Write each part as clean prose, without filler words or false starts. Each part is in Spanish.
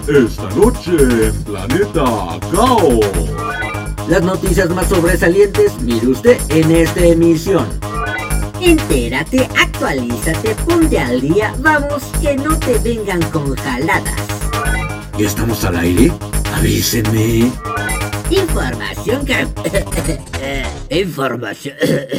Esta noche en Planeta Caos. Las noticias más sobresalientes, mire usted en esta emisión. Entérate, actualízate, ponte al día, vamos, que no te vengan con jaladas. ¿Ya estamos al aire? Avísenme. Información que... Información.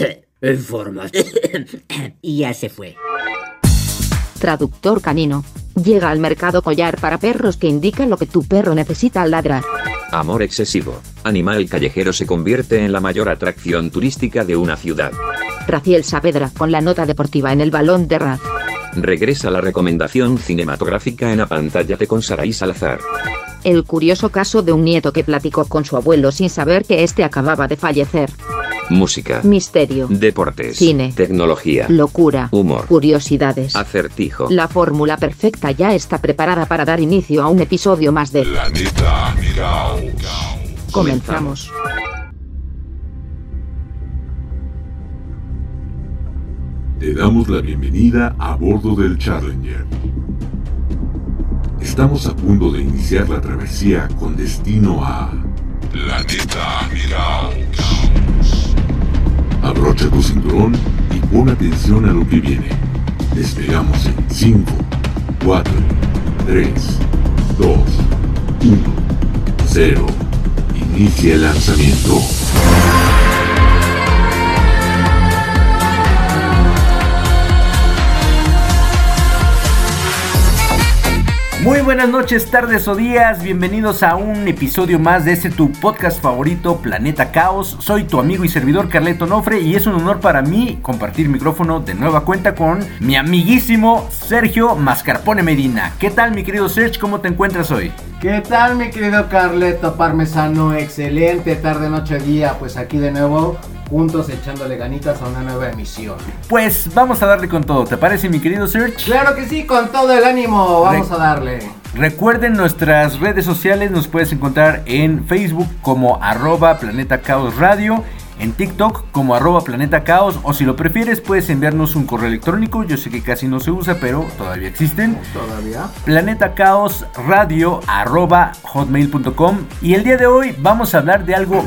Y ya se fue. Traductor canino. Llega al mercado collar para perros que indica lo que tu perro necesita al ladrar. Amor excesivo. Animal callejero se convierte en la mayor atracción turística de una ciudad. Raciel Saavedra con la nota deportiva en el balón de Raz. Regresa la recomendación cinematográfica en Apantallate con Saray Salazar. El curioso caso de un nieto que platicó con su abuelo sin saber que este acababa de fallecer. Música. Misterio. Deportes. Cine. Tecnología. Locura. Humor. Curiosidades. Acertijo. La fórmula perfecta ya está preparada para dar inicio a un episodio más de Planeta Caos. Comenzamos. Te damos la bienvenida a bordo del Challenger. Estamos a punto de iniciar la travesía con destino a Planeta Caos. Abrocha tu cinturón y pon atención a lo que viene. Despegamos en 5, 4, 3, 2, 1, 0. Inicia el lanzamiento. Muy buenas noches, tardes o días, bienvenidos a un episodio más de tu podcast favorito, Planeta Caos. Soy tu amigo y servidor Carleto Nofre y es un honor para mí compartir micrófono de nueva cuenta con mi amiguísimo Sergio Mascarpone Medina. ¿Qué tal, mi querido Sergio? ¿Cómo te encuentras hoy? ¿Qué tal, mi querido Carleto Parmesano? Excelente tarde, noche, día, pues aquí de nuevo juntos echándole ganitas a una nueva emisión. Pues vamos a darle con todo, ¿te parece, mi querido Serge? Claro que sí, con todo el ánimo, vamos a darle. Recuerden nuestras redes sociales, nos puedes encontrar en Facebook como @Planeta Caos Radio, en TikTok como @Planeta Caos, o si lo prefieres puedes enviarnos un correo electrónico, yo sé que casi no se usa, pero todavía existen. ¿Todavía? planetacaosradio@hotmail.com. Y el día de hoy vamos a hablar de algo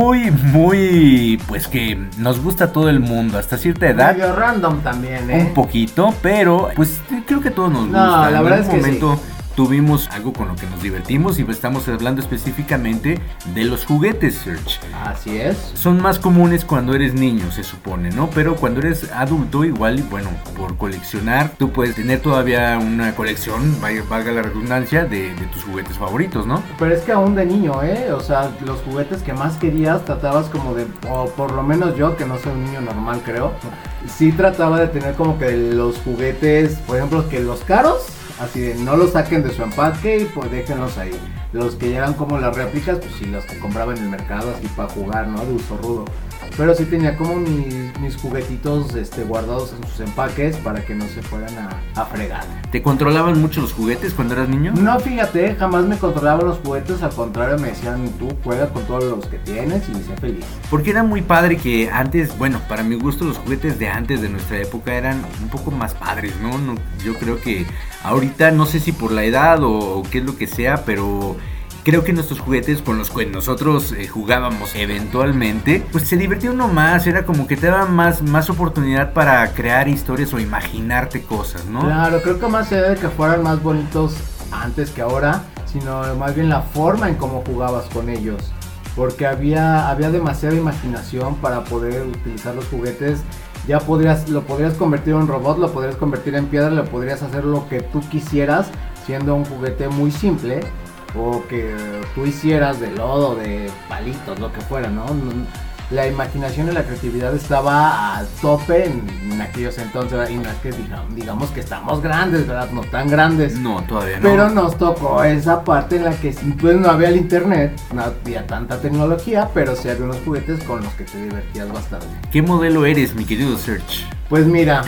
muy, pues que nos gusta a todo el mundo, hasta cierta edad. Medio random también, Un poquito, pero pues creo que todos nos gusta. No, la verdad es que momento, sí. Tuvimos algo con lo que nos divertimos y estamos hablando específicamente de los juguetes, Serge. Así es. Son más comunes cuando eres niño, se supone, ¿no? Pero cuando eres adulto, igual, bueno, por coleccionar, tú puedes tener todavía una colección, valga la redundancia, de tus juguetes favoritos, ¿no? Pero es que aún de niño, o sea, los juguetes que más querías tratabas como de, o por lo menos yo, que no soy un niño normal, creo, sí trataba de tener como que los juguetes, por ejemplo, que los caros, así de no los saquen de su empaque y pues déjenlos ahí. Los que ya eran como las réplicas, pues sí, los que compraba en el mercado así para jugar, ¿no? De uso rudo. Pero sí tenía como mis juguetitos guardados en sus empaques para que no se fueran a fregar. ¿Te controlaban mucho los juguetes cuando eras niño? No, fíjate, jamás me controlaban los juguetes, al contrario me decían, tú juega con todos los que tienes y sé feliz. Porque era muy padre que antes, bueno, para mi gusto los juguetes de antes de nuestra época eran un poco más padres, ¿no? Yo creo que ahorita, no sé si por la edad o qué es lo que sea, pero creo que nuestros juguetes con los que nosotros jugábamos eventualmente, pues se divertía uno más, era como que te daban más oportunidad para crear historias o imaginarte cosas, ¿no? Claro, creo que más allá de que fueran más bonitos antes que ahora, sino más bien la forma en cómo jugabas con ellos, porque había demasiada imaginación para poder utilizar los juguetes. Ya lo podrías convertir en un robot, lo podrías convertir en piedra, lo podrías hacer lo que tú quisieras, siendo un juguete muy simple, o que tú hicieras de lodo, de palitos, lo que fuera, ¿no? La imaginación y la creatividad estaba a tope en aquellos entonces, y no es que digamos que estamos grandes, ¿verdad? No tan grandes. No, todavía no. Pero nos tocó esa parte en la que pues no había el internet, no había tanta tecnología, pero sí había unos juguetes con los que te divertías bastante. ¿Qué modelo eres, mi querido Serge? Pues mira,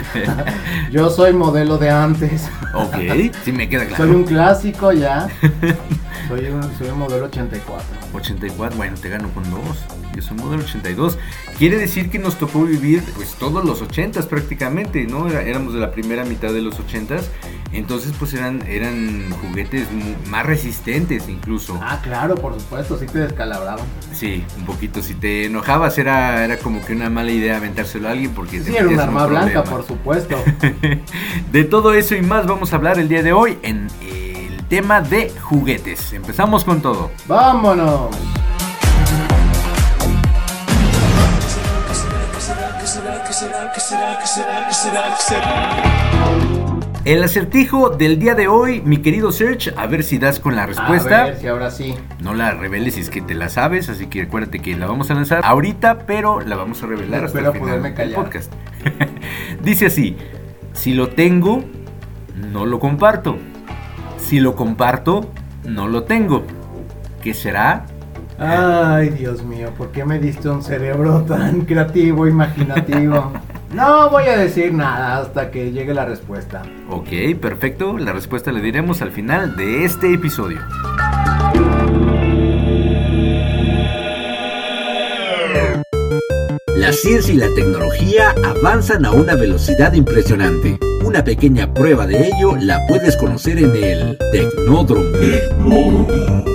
yo soy modelo de antes. Ok, sí me queda claro. Soy un clásico ya. Soy un modelo 84. 84, bueno, te gano con 2. yo soy modelo 82. Quiere decir que nos tocó vivir pues todos los 80s prácticamente, ¿no? Éramos de la primera mitad de los 80s. Entonces pues eran juguetes más resistentes incluso. Ah, claro, por supuesto, sí te descalabraban. Sí, un poquito. Si te enojabas era como que una mala idea aventárselo a alguien porque sí, era un arma blanca, por supuesto. De todo eso y más vamos a hablar el día de hoy en el tema de juguetes. Empezamos con todo. ¡Vámonos! El acertijo del día de hoy, mi querido Serge, a ver si das con la respuesta. A ver si ahora sí. No la reveles si es que te la sabes, así que acuérdate que la vamos a lanzar ahorita, pero la vamos a revelar hasta el final del podcast. Dice así: si lo tengo, no lo comparto. Si lo comparto, no lo tengo. ¿Qué será? Ay, Dios mío, ¿por qué me diste un cerebro tan creativo, imaginativo? No voy a decir nada hasta que llegue la respuesta. Ok, perfecto. La respuesta la diremos al final de este episodio. La ciencia y la tecnología avanzan a una velocidad impresionante. Una pequeña prueba de ello la puedes conocer en el Tecnódromo.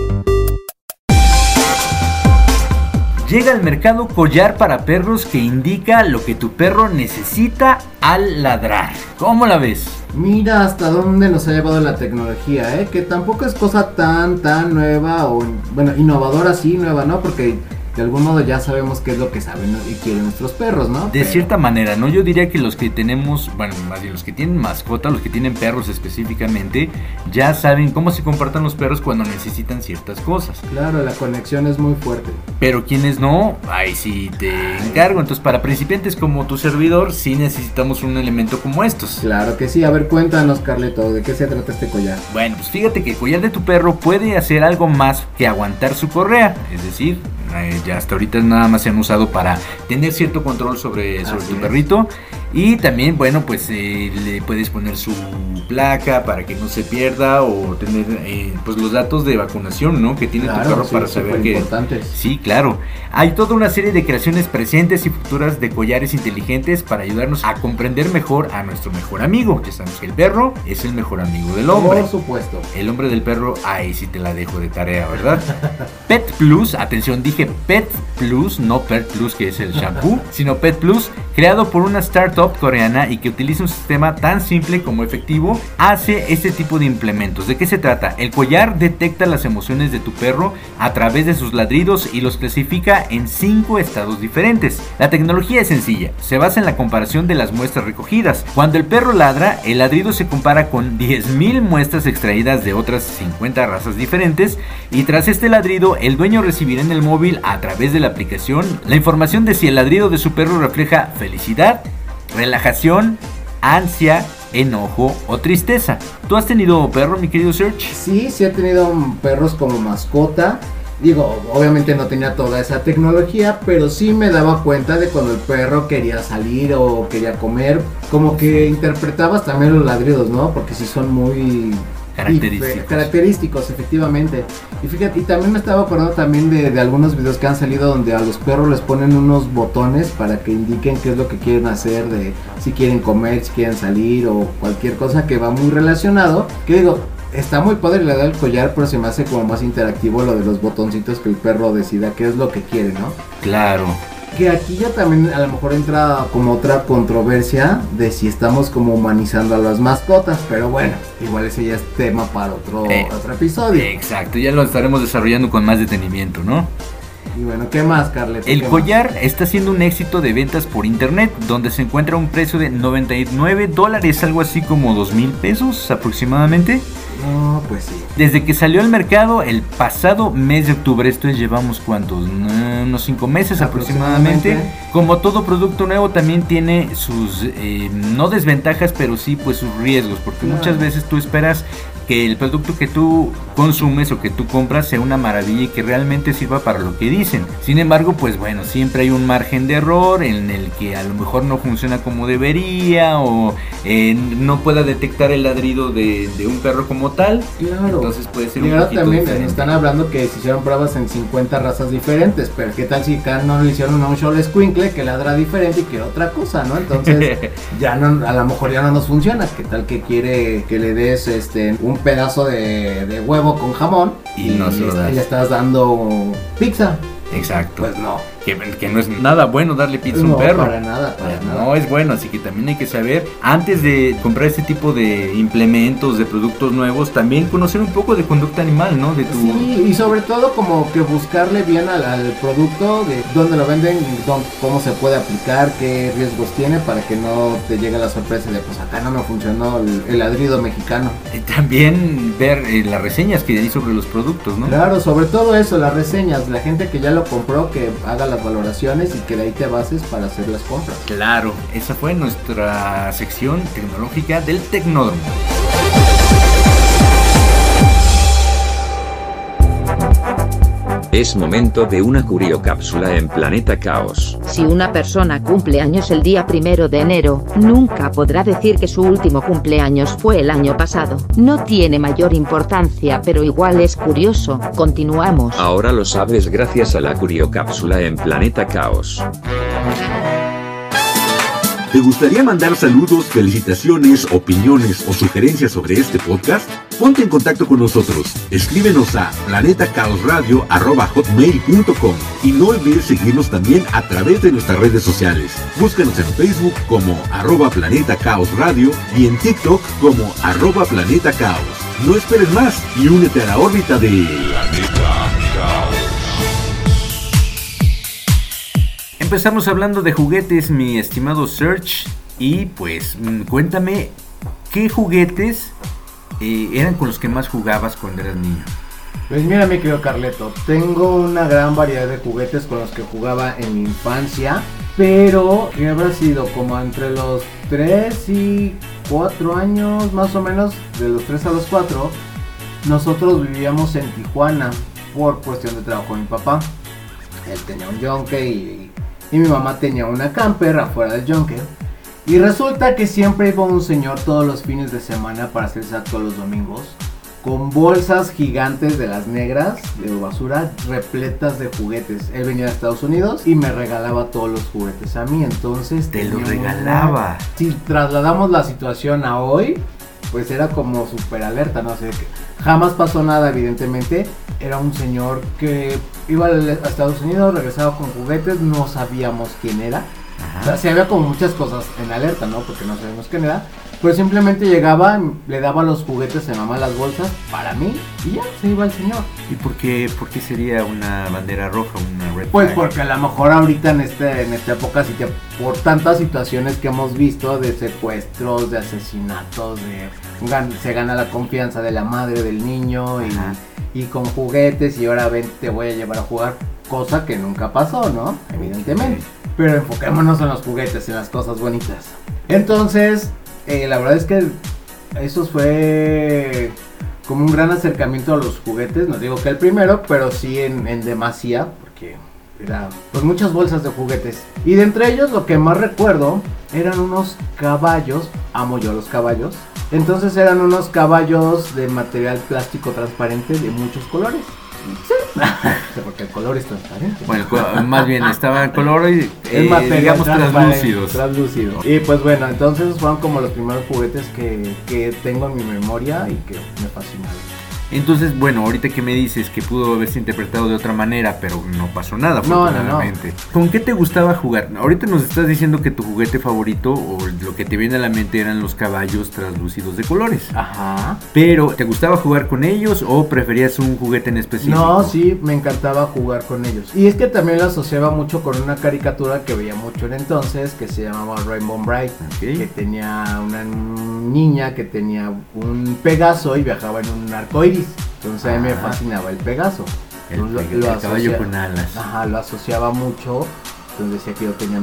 Llega al mercado collar para perros que indica lo que tu perro necesita al ladrar. ¿Cómo la ves? Mira hasta dónde nos ha llevado la tecnología, que tampoco es cosa tan nueva o, bueno, innovadora, sí, nueva, ¿no? Porque de algún modo ya sabemos qué es lo que saben y quieren nuestros perros, ¿no? De cierta manera, ¿no? Yo diría que los que tenemos, bueno, más bien los que tienen mascota, los que tienen perros específicamente, ya saben cómo se comportan los perros cuando necesitan ciertas cosas. Claro, la conexión es muy fuerte. Pero quienes no, ahí sí te encargo. Entonces, para principiantes como tu servidor, sí necesitamos un elemento como estos. Claro que sí. A ver, cuéntanos, Carleto, ¿de qué se trata este collar? Bueno, pues fíjate que el collar de tu perro puede hacer algo más que aguantar su correa. Es decir, ya hasta ahorita nada más se han usado para tener cierto control sobre tu perrito. Y también, bueno, pues le puedes poner su placa para que no se pierda, o tener pues los datos de vacunación, ¿no? Que tiene tu perro, sí, para saber que... Sí, claro. Hay toda una serie de creaciones presentes y futuras de collares inteligentes para ayudarnos a comprender mejor a nuestro mejor amigo. Ya sabemos que el perro es el mejor amigo del hombre. Por supuesto. El hombre del perro, ahí sí te la dejo de tarea, ¿verdad? Pet Plus, atención, dije Pet Plus, no Pet Plus que es el shampoo, sino Pet Plus, creado por una startup coreana y que utiliza un sistema tan simple como efectivo, hace este tipo de implementos. ¿De qué se trata? El collar detecta las emociones de tu perro a través de sus ladridos y los clasifica en 5 estados diferentes. La tecnología es sencilla, se basa en la comparación de las muestras recogidas. Cuando el perro ladra, el ladrido se compara con 10,000 muestras extraídas de otras 50 razas diferentes, y tras este ladrido, el dueño recibirá en el móvil a través de la aplicación la información de si el ladrido de su perro refleja felicidad, relajación, ansia, enojo o tristeza. ¿Tú has tenido perro, mi querido Serge? Sí he tenido perros como mascota. Digo, obviamente no tenía toda esa tecnología, pero sí me daba cuenta de cuando el perro quería salir o quería comer. Como que interpretabas también los ladridos, ¿no? Porque sí son muy... característicos, efectivamente. Y fíjate, y también me estaba acordando también de algunos videos que han salido donde a los perros les ponen unos botones para que indiquen qué es lo que quieren hacer, de si quieren comer, si quieren salir o cualquier cosa que va muy relacionado. Que digo, está muy padre la idea del collar, pero se me hace como más interactivo lo de los botoncitos, que el perro decida qué es lo que quiere, ¿no? Claro. Que aquí ya también a lo mejor entra como otra controversia de si estamos como humanizando a las mascotas, pero bueno, igual ese ya es tema para otro episodio. Exacto, ya lo estaremos desarrollando con más detenimiento, ¿no? Y bueno, ¿qué más, Carlet? El collar está siendo un éxito de ventas por internet, donde se encuentra a un precio de $99, algo así como 2,000 pesos aproximadamente. No, pues sí. Desde que salió al mercado el pasado mes de octubre, esto es, llevamos ¿cuántos? Unos 5 meses aproximadamente. Como todo producto nuevo también tiene sus, no desventajas, pero sí pues sus riesgos, porque muchas veces tú esperas que el producto que tú consumes o que tú compras sea una maravilla y que realmente sirva para lo que dicen. Sin embargo, pues bueno, siempre hay un margen de error en el que a lo mejor no funciona como debería, o no pueda detectar el ladrido de un perro como como tal. Claro. Entonces puede ser y un ahora poquito también diferente. están hablando que se hicieron pruebas en 50 razas diferentes, pero qué tal si cada no le hicieron a un Xolo Escuincle que ladra diferente y quiere otra cosa, ¿no? Entonces ya no, a lo mejor ya no nos funciona. ¿Qué tal que quiere que le des un pedazo de huevo con jamón Y no se lo das. le estás dando pizza? Exacto. Pues no. Que no es nada bueno darle pizza a un No, perro. para nada, para nada. No es bueno, así que también hay que saber, antes de comprar este tipo de implementos, de productos nuevos, también conocer un poco de conducta animal, ¿no? De tu... Sí, y sobre todo como que buscarle bien al producto, de dónde lo venden, cómo se puede aplicar, qué riesgos tiene, para que no te llegue la sorpresa de pues acá no me funcionó el ladrido mexicano. También ver las reseñas que hay sobre los productos, ¿no? Claro, sobre todo eso, las reseñas, la gente que ya lo compró, que haga las valoraciones y que de ahí te bases para hacer las compras. Claro, esa fue nuestra sección tecnológica del Tecnódromo. Es momento de una curiocápsula en Planeta Caos. Si una persona cumple años el día 1 de enero, nunca podrá decir que su último cumpleaños fue el año pasado. No tiene mayor importancia, pero igual es curioso. Continuamos. Ahora lo sabes gracias a la curiocápsula en Planeta Caos. ¿Te gustaría mandar saludos, felicitaciones, opiniones o sugerencias sobre este podcast? Ponte en contacto con nosotros. Escríbenos a planetacaosradio@hotmail.com y no olvides seguirnos también a través de nuestras redes sociales. Búscanos en Facebook como @planetacaosradio y en TikTok como @planetacaos. No esperes más y únete a la órbita de Planeta Caos. Empezamos hablando de juguetes, mi estimado Serge, y pues cuéntame, ¿qué juguetes eran con los que más jugabas cuando eras niño? Pues mira, mi querido Carleto, tengo una gran variedad de juguetes con los que jugaba en mi infancia, pero que habrá sido como entre los 3 y 4 años, más o menos, de los 3 a los 4, nosotros vivíamos en Tijuana por cuestión de trabajo de mi papá. Él tenía un yonke y mi mamá tenía una camper afuera del yonke. Y resulta que siempre iba un señor todos los fines de semana, para hacer exacto los domingos, con bolsas gigantes de las negras de basura repletas de juguetes. Él venía de Estados Unidos y me regalaba todos los juguetes a mí. Entonces Te lo tenía regalaba. Si trasladamos la situación a hoy, pues era como súper alerta, no sé, jamás pasó nada, evidentemente. Era un señor que iba a Estados Unidos, regresaba con juguetes, no sabíamos quién era. Ajá. O sea, sí había como muchas cosas en alerta, ¿no? Porque no sabíamos quién era. Pero simplemente llegaba, le daba los juguetes a mi mamá, las bolsas, para mí, y ya, se iba el señor. ¿Y por qué sería una bandera roja, una red Pues flag? porque a lo mejor ahorita en esta época, sí que por tantas situaciones que hemos visto de secuestros, de asesinatos, se gana la confianza de la madre del niño y con juguetes, y ahora ven, te voy a llevar a jugar, cosa que nunca pasó, ¿no? Evidentemente. Pero enfoquémonos en los juguetes, en las cosas bonitas. Entonces, la verdad es que eso fue como un gran acercamiento a los juguetes. No digo que el primero, pero sí en demasía, porque era pues muchas bolsas de juguetes. Y de entre ellos lo que más recuerdo eran unos caballos. Amo yo los caballos. Entonces eran unos caballos de material plástico transparente de muchos colores. Sí, porque el color es transparente. Bueno, más bien estaba el color y El material digamos transparente, translúcidos. translúcido. Y pues bueno, entonces fueron como los primeros juguetes que tengo en mi memoria y que me fascinaron. Entonces, bueno, ahorita que me dices que pudo haberse interpretado de otra manera, pero no pasó nada, afortunadamente. ¿Con qué te gustaba jugar? Ahorita nos estás diciendo que tu juguete favorito o lo que te viene a la mente eran los caballos translúcidos de colores. Ajá. Pero, ¿te gustaba jugar con ellos o preferías un juguete en específico? No, sí, me encantaba jugar con ellos. Y es que también lo asociaba mucho con una caricatura que veía mucho en entonces, que se llamaba Rainbow Bright, que tenía una niña que tenía un Pegaso y viajaba en un arcoíris. Entonces a mí me fascinaba el Pegaso. El caballo con alas. Ajá, lo asociaba mucho. Entonces decía que yo tenía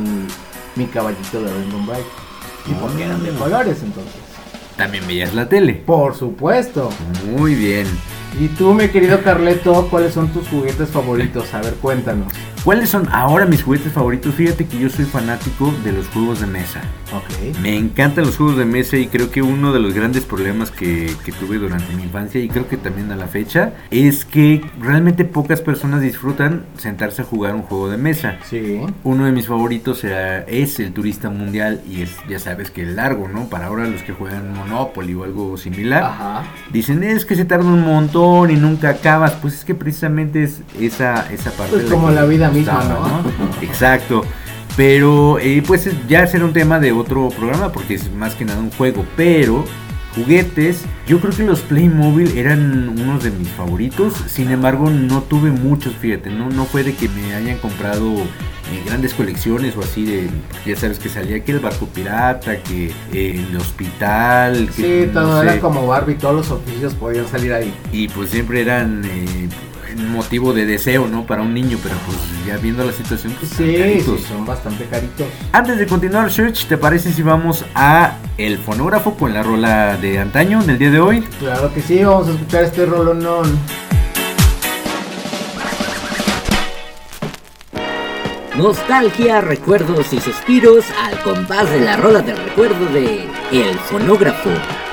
mi caballito de Rainbow Bright. Y porque eran de colores entonces. ¿También veías la tele? Por supuesto. Muy bien. Y tú, mi querido Carleto, ¿cuáles son tus juguetes favoritos? A ver, cuéntanos. ¿Cuáles son ahora mis juguetes favoritos? Fíjate que yo soy fanático de los juegos de mesa. Ok. Me encantan los juegos de mesa y creo que uno de los grandes problemas que tuve durante mi infancia y creo que también a la fecha es que realmente pocas personas disfrutan sentarse a jugar un juego de mesa. Sí. Uno de mis favoritos es el Turista Mundial y es, ya sabes que es largo, ¿no? Para ahora los que juegan Monopoly o algo similar, Ajá. dicen es que se tarda un montón y nunca acabas. Pues es que precisamente es esa parte. Pues de como la vida misma, gustaba, ¿no? Exacto. Pero pues ya será un tema de otro programa porque es más que nada un juego. Pero juguetes, yo creo que los Playmobil eran unos de mis favoritos. Sin embargo, no tuve muchos, fíjate. No fue de que me hayan comprado grandes colecciones o así de, ya sabes que salía que el barco pirata, que el hospital, que Sí, todo era como Barbie, todos los oficios podían salir ahí. y pues siempre eran motivo de deseo, ¿no? Para un niño, pero pues ya viendo la situación, pues Sí, caritos. sí, son bastante caritos. Antes de continuar, Search, ¿te parece si vamos a el fonógrafo con la rola de antaño del día de hoy? Claro que sí, vamos a escuchar este rolonón. Nostalgia, recuerdos y suspiros al compás de la rola del recuerdo de El Fonógrafo.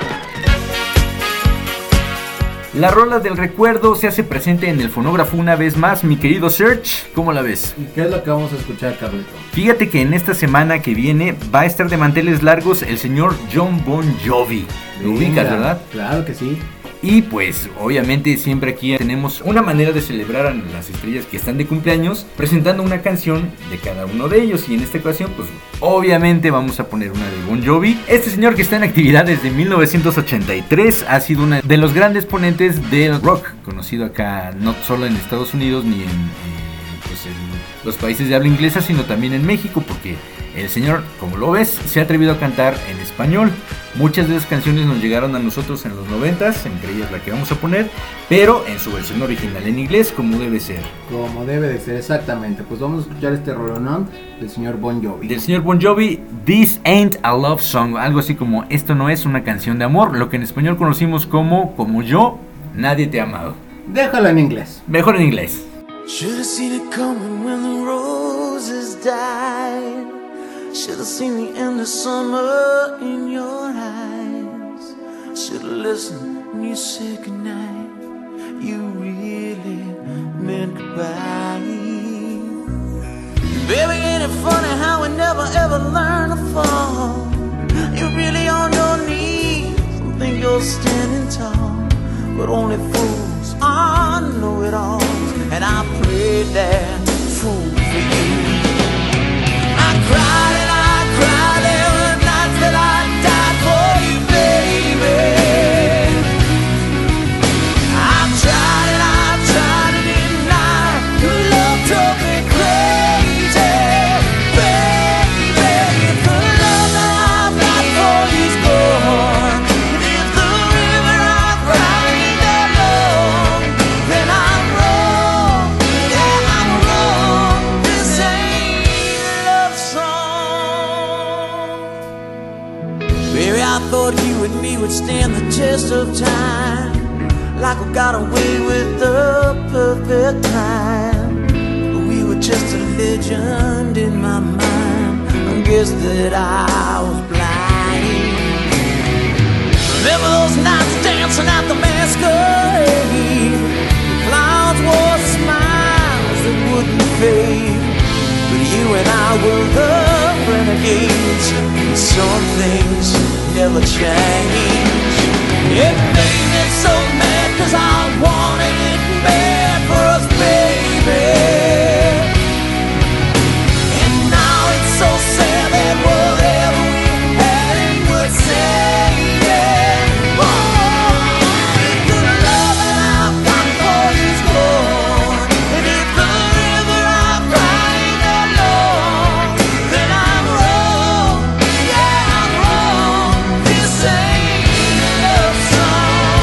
La rola del recuerdo se hace presente en el fonógrafo una vez más, mi querido Search. ¿Cómo la ves? ¿Y qué es lo que vamos a escuchar, Carlito? Fíjate que en esta semana que viene va a estar de manteles largos el señor Jon Bon Jovi. Lo ubicas, Venga, ¿verdad? Claro que sí. Y pues obviamente siempre aquí tenemos una manera de celebrar a las estrellas que están de cumpleaños presentando una canción de cada uno de ellos. Y en esta ocasión pues obviamente vamos a poner una de Bon Jovi. Este señor que está en actividad desde 1983 ha sido uno de los grandes ponentes del rock, conocido acá no solo en Estados Unidos ni en los países de habla inglesa, sino también en México, porque el señor, como lo ves, se ha atrevido a cantar en español. Muchas de esas canciones nos llegaron a nosotros en los 90s, entre ellas la que vamos a poner, pero en su versión original en inglés, como debe ser. Como debe de ser, exactamente. Pues vamos a escuchar este rolonón del señor Bon Jovi. Del señor Bon Jovi, This Ain't a Love Song, algo así como esto no es una canción de amor, lo que en español conocimos como yo, nadie te ha amado. Déjalo en inglés. Mejor en inglés. Should've seen it coming when the roses died. Should've seen the end of summer in your eyes. Should've listened when you said goodnight. You really meant goodbye. Baby, ain't it funny how we never ever learn to fall? You're really on your knees and think you're standing tall, but only fools are know-it-alls. And I prayed that fool for you. I cried and I cried. There were nights that I died for you, baby. I tried and I tried to deny. Your love drove me crazy, baby. If the love that I've got for you's gone, if the river I cried ain't that long, then I'm wrong. Yeah, I'm wrong. This ain't a love song. Baby, I thought you and me would stand the test of time, like we got away with the perfect crime. But we were just a legend in my mind. I guess that I was blind. Remember those nights dancing at the masquerade? The clouds wore smiles that wouldn't fade. But you and I were the renegades, and some things never change. It made me so mad 'cause I wanted it bad for us, baby. And now it's so sad that whatever we had ain't worth saving. Oh, if the love that I've got for you's gone, and if the river I've cried ain't that long, then I'm wrong. Yeah, I'm wrong. This ain't a love song.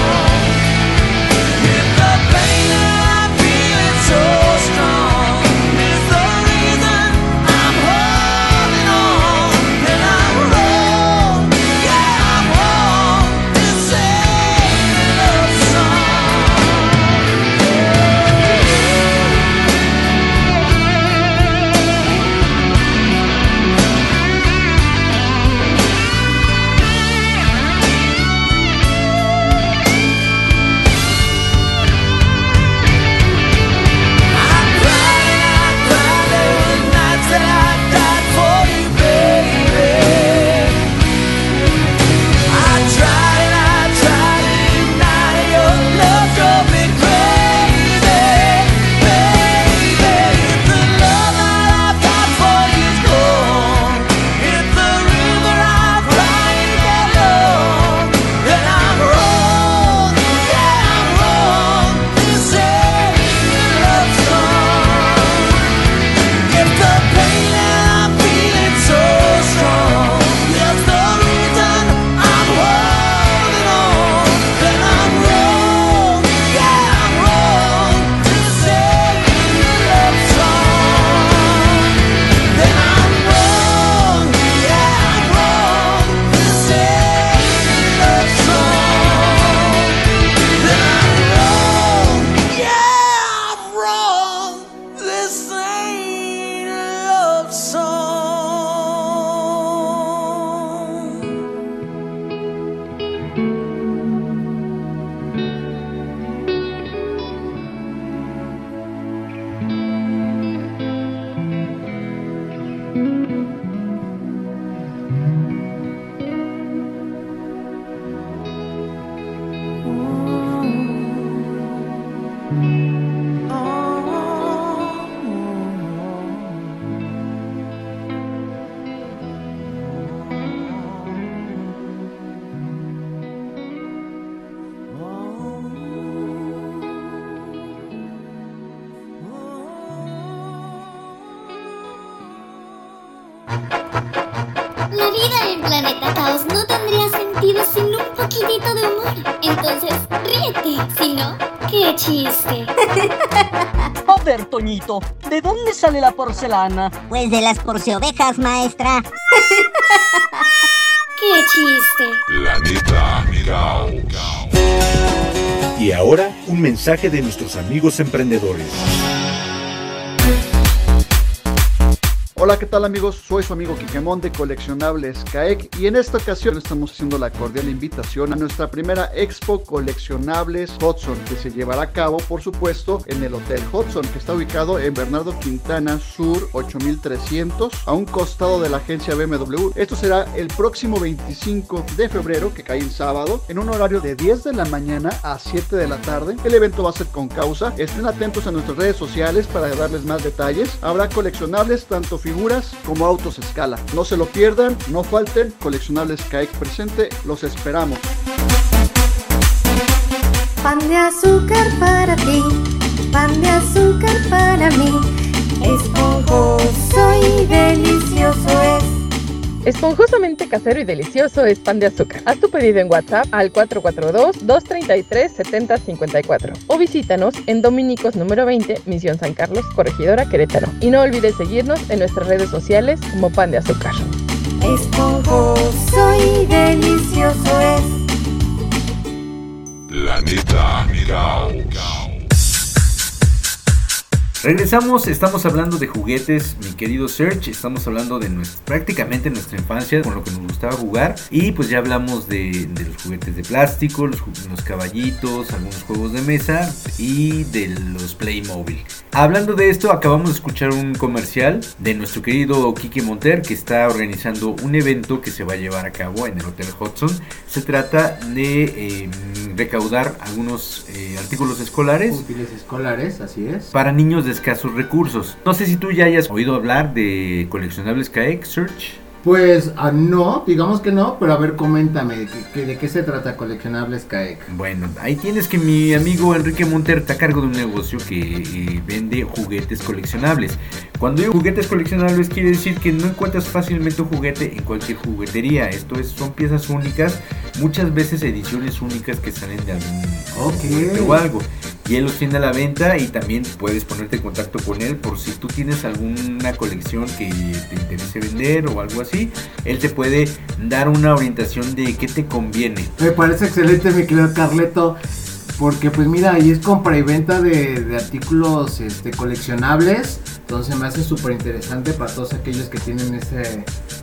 El planeta Caos no tendría sentido sin un poquitito de humor. Entonces, ríete. Si no, ¡qué chiste! A ver, Toñito, ¿de dónde sale la porcelana? Pues de las porceovejas, maestra. ¡Qué chiste! Planeta Caos. Y ahora, un mensaje de nuestros amigos emprendedores. Hola, ¿qué tal amigos? Soy su amigo Quiquemón de Coleccionables CAEC y en esta ocasión estamos haciendo la cordial invitación a nuestra primera Expo Coleccionables Hudson, que se llevará a cabo, por supuesto, en el Hotel Hudson, que está ubicado en Bernardo Quintana Sur 8300, a un costado de la agencia BMW. Esto será el próximo 25 de febrero, que cae en sábado, en un horario de 10 de la mañana a 7 de la tarde. El evento va a ser con causa. Estén atentos a nuestras redes sociales para darles más detalles. Habrá coleccionables, tanto figuras como autos a escala. No se lo pierdan, no falten. Coleccionables CAEC presente, los esperamos. Pan de azúcar para ti, pan de azúcar para mí, esponjoso y delicioso es. Esponjosamente casero y delicioso es Pan de Azúcar. Haz tu pedido en WhatsApp al 442-233-7054 o visítanos en Dominicos número 20, Misión San Carlos, Corregidora, Querétaro. Y no olvides seguirnos en nuestras redes sociales como Pan de Azúcar. Esponjoso y delicioso es. Planeta Caos. Regresamos, estamos hablando de juguetes, mi querido Serge. Estamos hablando de prácticamente nuestra infancia, con lo que nos gustaba jugar. Y pues ya hablamos de los juguetes de plástico, los caballitos, algunos juegos de mesa y de los Playmobil. Hablando de esto, acabamos de escuchar un comercial de nuestro querido Quique Monter, que está organizando un evento que se va a llevar a cabo en el Hotel Hudson. Se trata de recaudar algunos artículos escolares. Útiles escolares, así es. Para niños de escasos recursos. No sé si tú ya hayas oído hablar de Coleccionables CAEC, Search. Pues no, digamos que no, pero a ver, coméntame, ¿de qué se trata Coleccionables CAEC? Bueno, ahí tienes que mi amigo Enrique Monter está a cargo de un negocio que vende juguetes coleccionables. Cuando digo juguetes coleccionables quiere decir que no encuentras fácilmente un juguete en cualquier juguetería. Son piezas únicas, muchas veces ediciones únicas que salen de algún juguete o algo. Y él los tiene a la venta y también puedes ponerte en contacto con él por si tú tienes alguna colección que te interese vender o algo así. Él te puede dar una orientación de qué te conviene. Me parece excelente, mi querido Carleto, porque pues mira, ahí es compra y venta de artículos coleccionables. Entonces me hace súper interesante para todos aquellos que tienen ese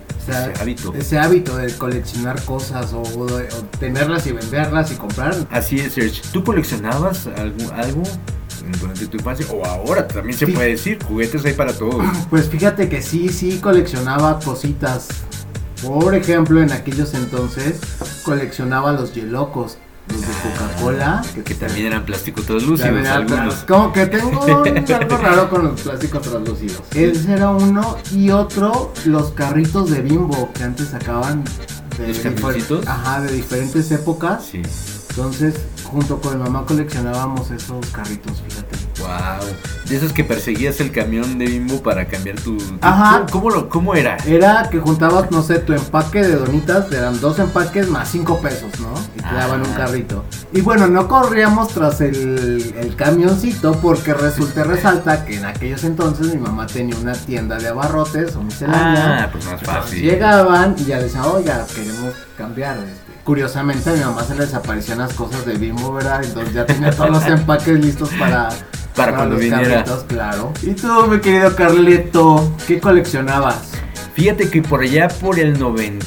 hábito de coleccionar cosas o tenerlas y venderlas y comprar. Así es, Serge. ¿Tú coleccionabas algo durante tu infancia? O ahora también se puede decir, juguetes hay para todos. Pues fíjate que sí coleccionaba cositas. Por ejemplo, en aquellos entonces coleccionaba los Yelocos. Los de Coca-Cola que también eran plásticos translúcidos algunos. Como que tengo algo raro con los plásticos translúcidos. Ese era uno. Y otro, los carritos de Bimbo que antes sacaban de diferentes épocas. Sí. Entonces, junto con mi mamá coleccionábamos esos carritos, fíjate. Wow. De esos que perseguías el camión de Bimbo para cambiar tu ¿Cómo era? Era que juntabas, no sé, tu empaque de donitas, eran 2 empaques más 5 pesos, ¿no? Y te daban un carrito. Y bueno, no corríamos tras el camioncito porque resalta que en aquellos entonces mi mamá tenía una tienda de abarrotes o miscelánea. Pues más fácil. Llegaban y ya decían, oiga, queremos cambiar Curiosamente a mi mamá se le desaparecían las cosas de Bimbo, ¿verdad? Entonces ya tenía todos los empaques listos para cuando los viniera. Carritos, claro. Y tú, mi querido Carleto, ¿qué coleccionabas? Fíjate que por allá por el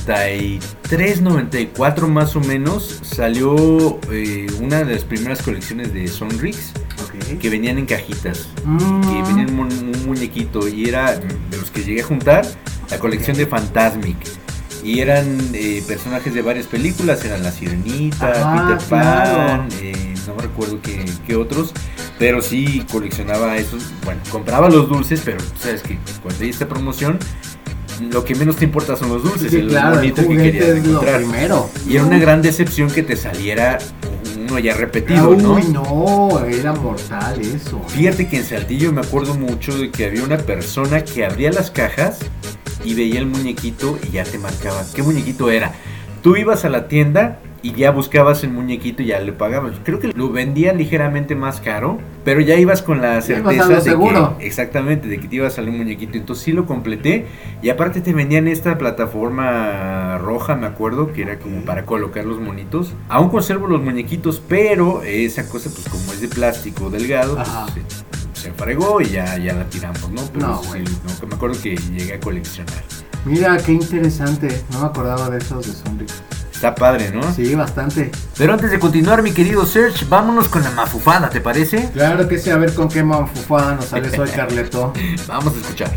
93, 94 más o menos salió una de las primeras colecciones de Sonrix que venían en cajitas, que venían un muñequito y era de los que llegué a juntar la colección de Fantasmic. Y eran personajes de varias películas, eran La Sirenita, Peter Pan, no me recuerdo qué otros, pero sí coleccionaba esos. Bueno, compraba los dulces, pero sabes que cuando hay esta promoción, lo que menos te importa son los dulces, sí, claro, bonito el que querías encontrar. Primero. Y era una gran decepción que te saliera uno ya repetido, ¿no? Uy, no, era mortal eso. Fíjate que en Saltillo me acuerdo mucho de que había una persona que abría las cajas y veía el muñequito y ya te marcaba qué muñequito era. Tú ibas a la tienda y ya buscabas el muñequito y ya le pagabas. Creo que lo vendían ligeramente más caro, pero ya ibas con la certeza de seguro. que, exactamente, de que te iba a salir un muñequito. Entonces sí lo completé y aparte te vendían esta plataforma roja, me acuerdo, que era como para colocar los monitos. Aún conservo los muñequitos, pero esa cosa pues como es de plástico delgado, pues, se fregó y ya la tiramos, ¿no? Pero No, sí, bueno. no, me acuerdo que llegué a coleccionar. Mira, qué interesante. No me acordaba de esos de Sonrix. Está padre, ¿no? Sí, bastante. Pero antes de continuar, mi querido Serge, vámonos con la mafufada, ¿te parece? Claro que sí, a ver con qué mafufada nos sale hoy, Carleto. Vamos a escuchar.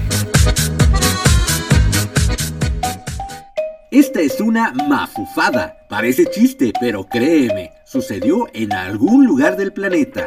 Esta es una mafufada. Parece chiste, pero créeme, sucedió en algún lugar del planeta.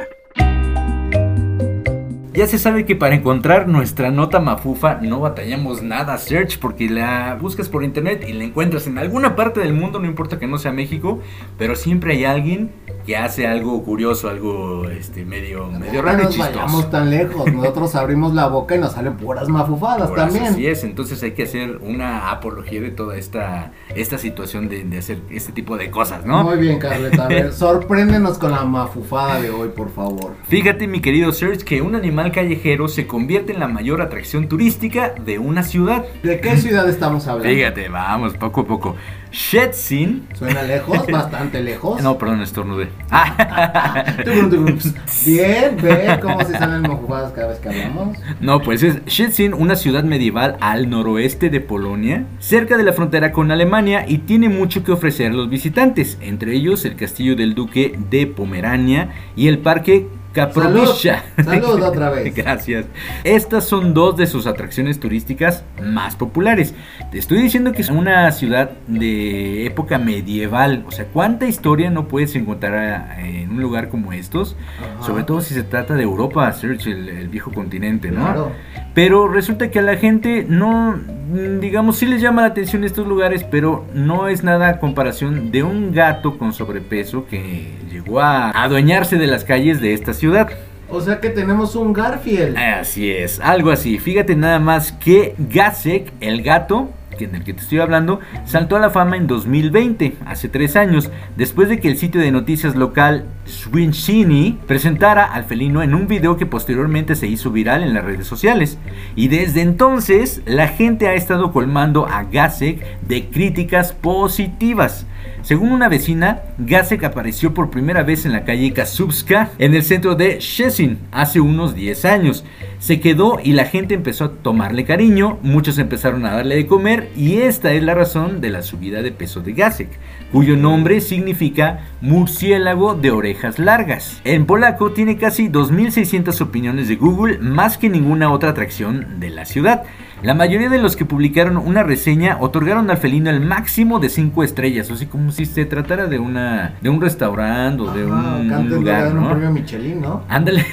Ya se sabe que para encontrar nuestra nota mafufa no batallamos nada, Search, porque la buscas por internet y la encuentras en alguna parte del mundo, no importa que no sea México, pero siempre hay alguien que hace algo curioso, algo medio raro y chistoso. No vayamos tan lejos, nosotros abrimos la boca y nos salen puras mafufadas también. Así es, entonces hay que hacer una apología de toda esta situación de hacer este tipo de cosas, ¿no? Muy bien, Carleta, a ver, sorpréndenos con la mafufada de hoy, por favor. Fíjate, mi querido Serge, que un animal callejero se convierte en la mayor atracción turística de una ciudad. ¿De qué ciudad estamos hablando? Fíjate, vamos, poco a poco. Szczecin. ¿Suena lejos? ¿Bastante lejos? No, perdón, estornudé. Bien, ve cómo se salen mafufadas cada vez que hablamos. No, pues es Szczecin, una ciudad medieval al noroeste de Polonia, cerca de la frontera con Alemania, y tiene mucho que ofrecer a los visitantes, entre ellos el castillo del duque de Pomerania y el parque Kaprowisza. Salud otra vez. Gracias. Estas son dos de sus atracciones turísticas más populares. Te estoy diciendo que es una ciudad de época medieval. O sea, ¿cuánta historia no puedes encontrar en un lugar como estos? Ajá. Sobre todo si se trata de Europa, Serge, el viejo continente, ¿no? Claro. Pero resulta que a la gente no, digamos, sí les llama la atención estos lugares, pero no es nada a comparación de un gato con sobrepeso que llegó a adueñarse de las calles de esta ciudad. O sea que tenemos un Garfield. Así es, algo así. Fíjate nada más que Gacek, el gato en el que te estoy hablando, saltó a la fama en 2020, hace 3 años, después de que el sitio de noticias local Swinchini presentara al felino en un video que posteriormente se hizo viral en las redes sociales. Y desde entonces, la gente ha estado colmando a Gacek de críticas positivas. Según una vecina, Gacek apareció por primera vez en la calle Kasubska, en el centro de Szczecin, hace unos 10 años. Se quedó y la gente empezó a tomarle cariño, muchos empezaron a darle de comer, y esta es la razón de la subida de peso de Gacek, cuyo nombre significa murciélago de orejas largas. En polaco tiene casi 2.600 opiniones de Google, más que ninguna otra atracción de la ciudad. La mayoría de los que publicaron una reseña otorgaron al felino el máximo de 5 estrellas, así como si se tratara de un restaurante o de un lugar, ¿no? Un premio Michelin, ¿no? Ándale.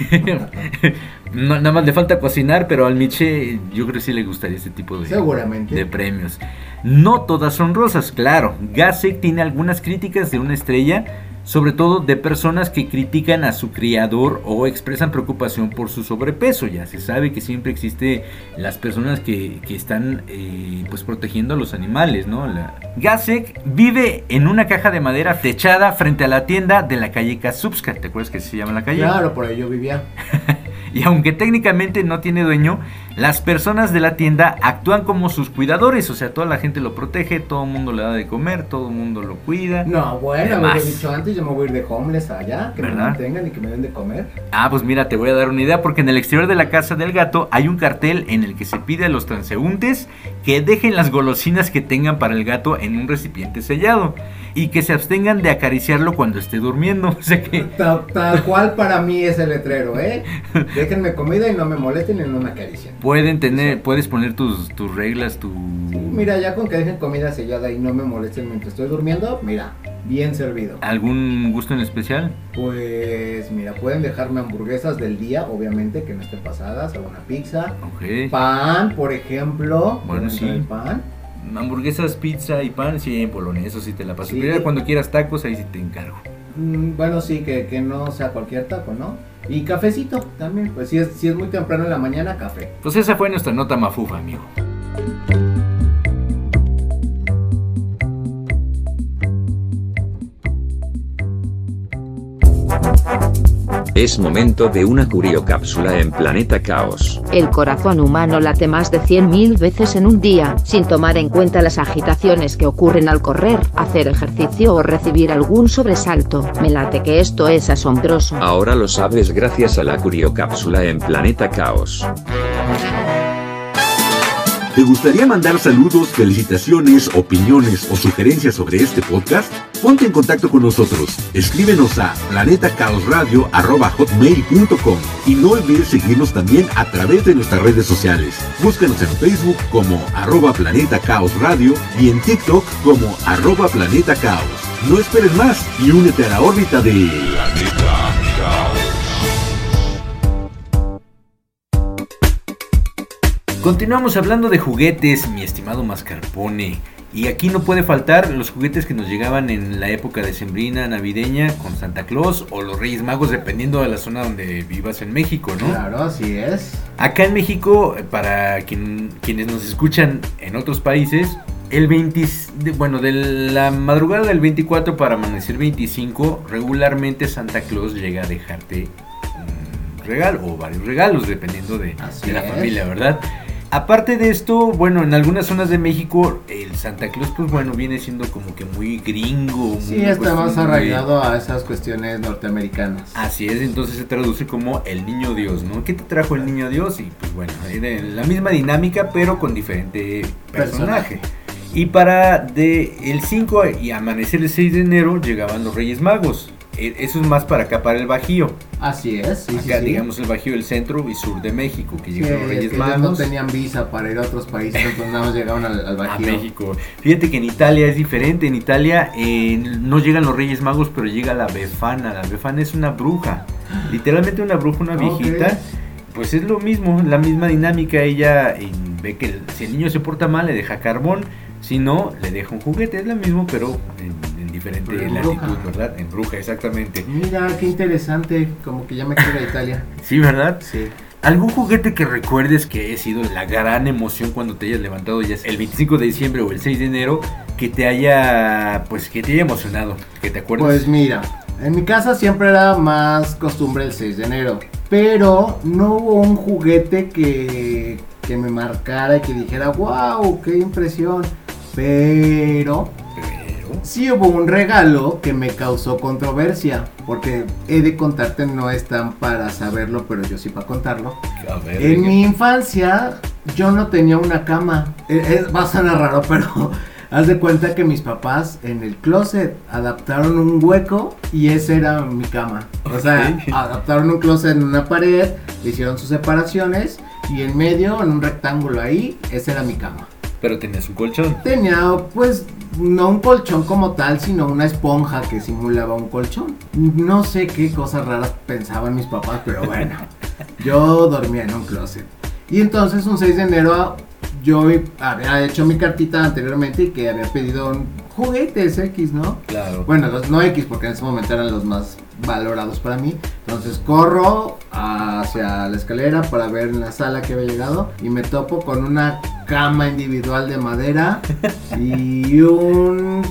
No, nada más le falta cocinar, pero al Miche yo creo que sí le gustaría este tipo de premios. No todas son rosas, claro. Gacek tiene algunas críticas de una estrella, sobre todo de personas que critican a su criador o expresan preocupación por su sobrepeso. Ya se sabe que siempre existe las personas que están pues protegiendo a los animales, ¿no? Gacek vive en una caja de madera techada frente a la tienda de la calle Kasubska. ¿Te acuerdas que se llama la calle? Claro, por ahí yo vivía. Y aunque técnicamente no tiene dueño, las personas de la tienda actúan como sus cuidadores. O sea, toda la gente lo protege, todo el mundo le da de comer, todo el mundo lo cuida. No, bueno, me he dicho antes, yo me voy a ir de homeless allá, que me mantengan y que me den de comer. Ah, pues mira, te voy a dar una idea, porque en el exterior de la casa del gato hay un cartel en el que se pide a los transeúntes que dejen las golosinas que tengan para el gato en un recipiente sellado y que se abstengan de acariciarlo cuando esté durmiendo. O sea que... Tal cual para mí es el letrero, ¿eh? Déjenme comida y no me molesten y no me acaricien. Puedes poner tus reglas, Sí, mira, ya con que dejen comida sellada y no me molesten mientras estoy durmiendo, mira, bien servido. ¿Algún gusto en especial? Pues mira, pueden dejarme hamburguesas del día, obviamente, que no estén pasadas, o una pizza. Okay. Pan, por ejemplo. Bueno, sí. Pan. Hamburguesas, pizza y pan, sí, en Polonia, eso sí te la paso. Sí. Pero cuando quieras tacos, ahí sí te encargo. Bueno, sí, que no sea cualquier taco, ¿no? Y cafecito también, pues si es muy temprano en la mañana, café. Pues esa fue nuestra nota mafufa, amigo. Es momento de una curiocápsula en Planeta Caos. El corazón humano late más de 100.000 veces en un día, sin tomar en cuenta las agitaciones que ocurren al correr, hacer ejercicio o recibir algún sobresalto. Me late que esto es asombroso. Ahora lo sabes gracias a la curiocápsula en Planeta Caos. ¿Te gustaría mandar saludos, felicitaciones, opiniones o sugerencias sobre este podcast? Ponte en contacto con nosotros. Escríbenos a planetacaosradio@hotmail.com y no olvides seguirnos también a través de nuestras redes sociales. Búscanos en Facebook como @planetacaosradio y en TikTok como @planetacaos. No esperes más y únete a la órbita de Planeta Caos. Continuamos hablando de juguetes, mi estimado mascarpone. Y aquí no puede faltar los juguetes que nos llegaban en la época decembrina, navideña, con Santa Claus o los Reyes Magos, dependiendo de la zona donde vivas en México, ¿no? Claro, así es. Acá en México, para quienes nos escuchan en otros países, de la madrugada del 24 para amanecer 25, regularmente Santa Claus llega a dejarte un regalo o varios regalos, dependiendo de la familia, ¿verdad? Aparte de esto, bueno, en algunas zonas de México, el Santa Claus, pues bueno, viene siendo como que muy gringo. Sí, está más arraigado a esas cuestiones norteamericanas. Así es, entonces se traduce como el niño Dios, ¿no? ¿Qué te trajo el niño Dios? Y pues bueno, era la misma dinámica, pero con diferente personaje. Y el 5 y amanecer el 6 de enero llegaban los Reyes Magos. Eso es más para acá, para el Bajío. Así es. Sí, acá, sí, digamos, el Bajío, el centro y sur de México, que llegaron los Reyes Magos. Ellos no tenían visa para ir a otros países, entonces nada más llegaron al Bajío. A México. Fíjate que en Italia es diferente. En Italia no llegan los Reyes Magos, pero llega la Befana. La Befana es una bruja. Literalmente una bruja, una viejita. Okay. Pues es lo mismo, la misma dinámica. Ella ve que si el niño se porta mal, le deja carbón. Si no, le deja un juguete. Es lo mismo, pero en diferente latitud, ¿verdad? En bruja, exactamente. Mira, qué interesante. Como que ya me quiero a Italia. Sí, ¿verdad? Sí. ¿Algún juguete que recuerdes que haya sido la gran emoción cuando te hayas levantado ya el 25 de diciembre o el 6 de enero que te haya emocionado? ¿Que te acuerdas? Pues mira, en mi casa siempre era más costumbre el 6 de enero. Pero no hubo un juguete que me marcara y que dijera, wow, qué impresión. Pero sí hubo un regalo que me causó controversia, porque he de contarte, no están para saberlo, pero yo sí para contarlo. En mi infancia yo no tenía una cama. Va a sonar raro, pero haz de cuenta que mis papás en el closet adaptaron un hueco y ese era mi cama. O sea, adaptaron un closet en una pared, hicieron sus separaciones y en medio, en un rectángulo ahí, ese era mi cama. Pero tenías un colchón. Tenía, pues, no un colchón como tal, sino una esponja que simulaba un colchón. No sé qué cosas raras pensaban mis papás, pero bueno, yo dormía en un closet. Y entonces un 6 de enero yo había hecho mi cartita anteriormente y que había pedido juguetes X, ¿no? Claro. Bueno, no X porque en ese momento eran los más valorados para mí. Entonces corro hacia la escalera para ver en la sala que había llegado y me topo con una cama individual de madera y un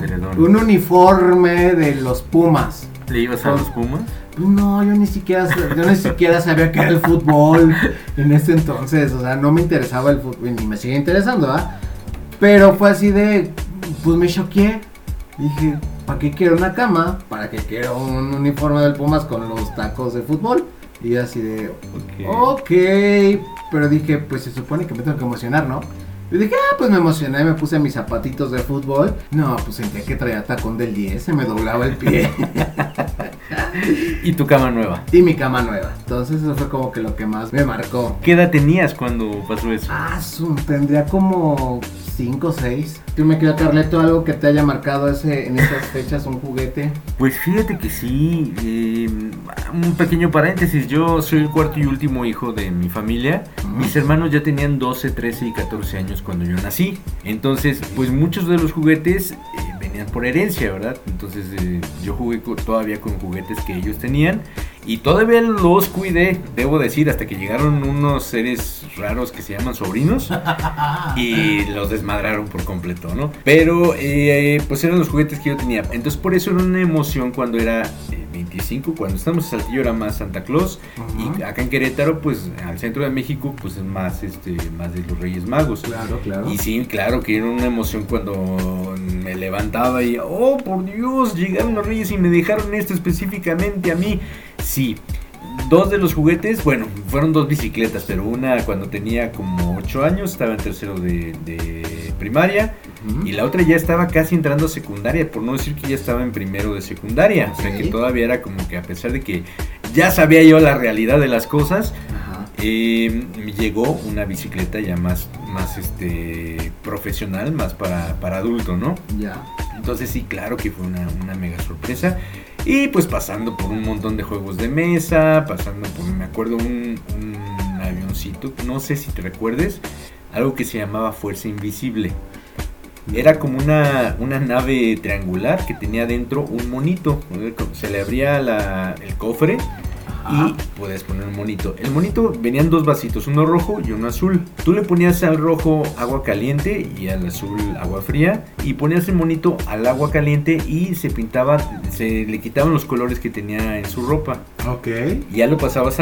uniforme de los Pumas. ¿Le ibas a los Pumas? No, yo ni siquiera sabía que era el fútbol en ese entonces, o sea, no me interesaba el fútbol, ni me sigue interesando, ¿verdad? Pero fue así de, pues me choqué, dije, ¿para qué quiero una cama? ¿Para qué quiero un uniforme del Pumas con los tacos de fútbol? Y así de, ok, pero dije, pues se supone que me tengo que emocionar, ¿no? Y dije, pues me emocioné, me puse mis zapatitos de fútbol. No, pues sentía que traía tacón del 10, se me doblaba el pie. ¿Y tu cama nueva? Y mi cama nueva. Entonces eso fue como que lo que más me marcó. ¿Qué edad tenías cuando pasó eso? Tendría como 5 o 6. Yo me quedo, Carleto, algo que te haya marcado en esas fechas, un juguete. Pues fíjate que sí, un pequeño paréntesis, yo soy el cuarto y último hijo de mi familia. Mis hermanos ya tenían 12, 13 y 14 años cuando yo nací. Entonces, pues muchos de los juguetes venían por herencia, ¿verdad? Entonces yo jugué todavía con juguetes que ellos tenían. Y todavía los cuidé, debo decir, hasta que llegaron unos seres raros que se llaman sobrinos y los desmadraron por completo, ¿no? Pero pues eran los juguetes que yo tenía. Entonces por eso era una emoción cuando era 25, cuando estamos en Saltillo era más Santa Claus, y acá en Querétaro, pues al centro de México, pues es más más de los Reyes Magos. Claro. Y sí, claro que era una emoción cuando me levantaba y, oh, por Dios, llegaron los Reyes y me dejaron esto específicamente a mí. Sí. 2 de los juguetes, bueno, fueron 2 bicicletas, pero una cuando tenía como 8 años, estaba en tercero de primaria, y la otra ya estaba casi entrando a secundaria, por no decir que ya estaba en primero de secundaria, o sea que todavía era como que a pesar de que ya sabía yo la realidad de las cosas, me llegó una bicicleta ya más profesional, más para adulto, ¿no? Ya. Entonces sí, claro que fue una mega sorpresa. Y pues pasando por un montón de juegos de mesa, pasando por, me acuerdo, un avioncito, no sé si te recuerdes, algo que se llamaba Fuerza Invisible. Era como una nave triangular que tenía dentro un monito. Se le abría el cofre y podías poner un monito. El monito venían 2 vasitos, uno rojo y uno azul. Tú le ponías al rojo agua caliente y al azul agua fría, y ponías el monito al agua caliente y se le quitaban los colores que tenía en su ropa. Ok. Y ya lo pasabas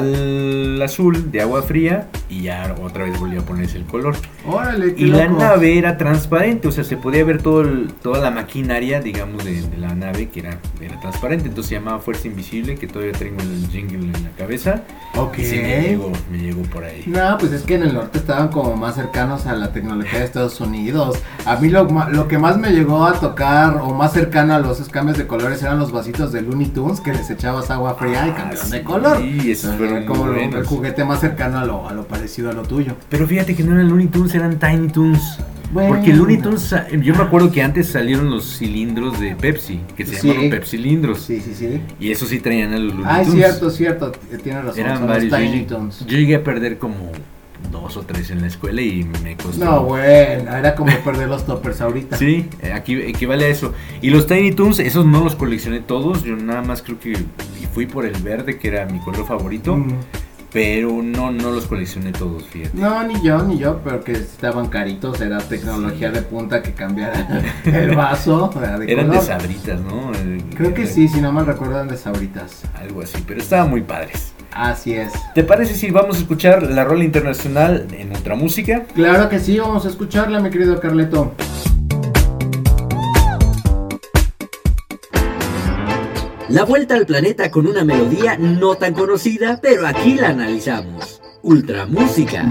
al azul de agua fría y ya otra vez volvía a ponerse el color. Órale, qué y loco. la nave era transparente, o sea, se podía ver toda la maquinaria, digamos, de la nave, que era transparente. Entonces se llamaba Fuerza Invisible, que todavía tengo el jingle en la cabeza. Ok. Y sí, me llegó por ahí. No, pues es que en el norte estaban como más cercanos a la tecnología de Estados Unidos. A mí lo que más me llegó a tocar, o más cercano a los cambios de colores, eran los vasitos de Looney Tunes, que les echabas agua fría y cambiaban de color. Sí, eso fue como el juguete más cercano a lo parecido a lo tuyo. Pero fíjate que no eran Looney Tunes, eran Tiny Toons. Bueno. Porque Looney Tunes, yo me acuerdo que antes salieron los cilindros de Pepsi, que se llamaron Pepsilindros. Sí. Y eso sí traían a los Looney Tunes. Cierto, tienes razón. Eran varios. Tiny Toons. Yo llegué a perder como 2 o 3 en la escuela y me costó. No, bueno, era como perder los toppers ahorita. Sí, aquí equivale a eso. Y los Tiny Toons, esos no los coleccioné todos. Yo nada más creo que fui por el verde, que era mi color favorito. Pero no los coleccioné todos, fíjate. No, ni yo, pero que estaban caritos, era tecnología de punta que cambiara el vaso. Eran color. de Sabritas, ¿no? Creo que sí, si no mal recuerdo, eran de Sabritas. Algo así, pero estaban muy padres. Así es. ¿Te parece si vamos a escuchar la rola internacional en nuestra música? Claro que sí, vamos a escucharla, mi querido Carleto. La vuelta al planeta con una melodía no tan conocida, pero aquí la analizamos. Ultramúsica.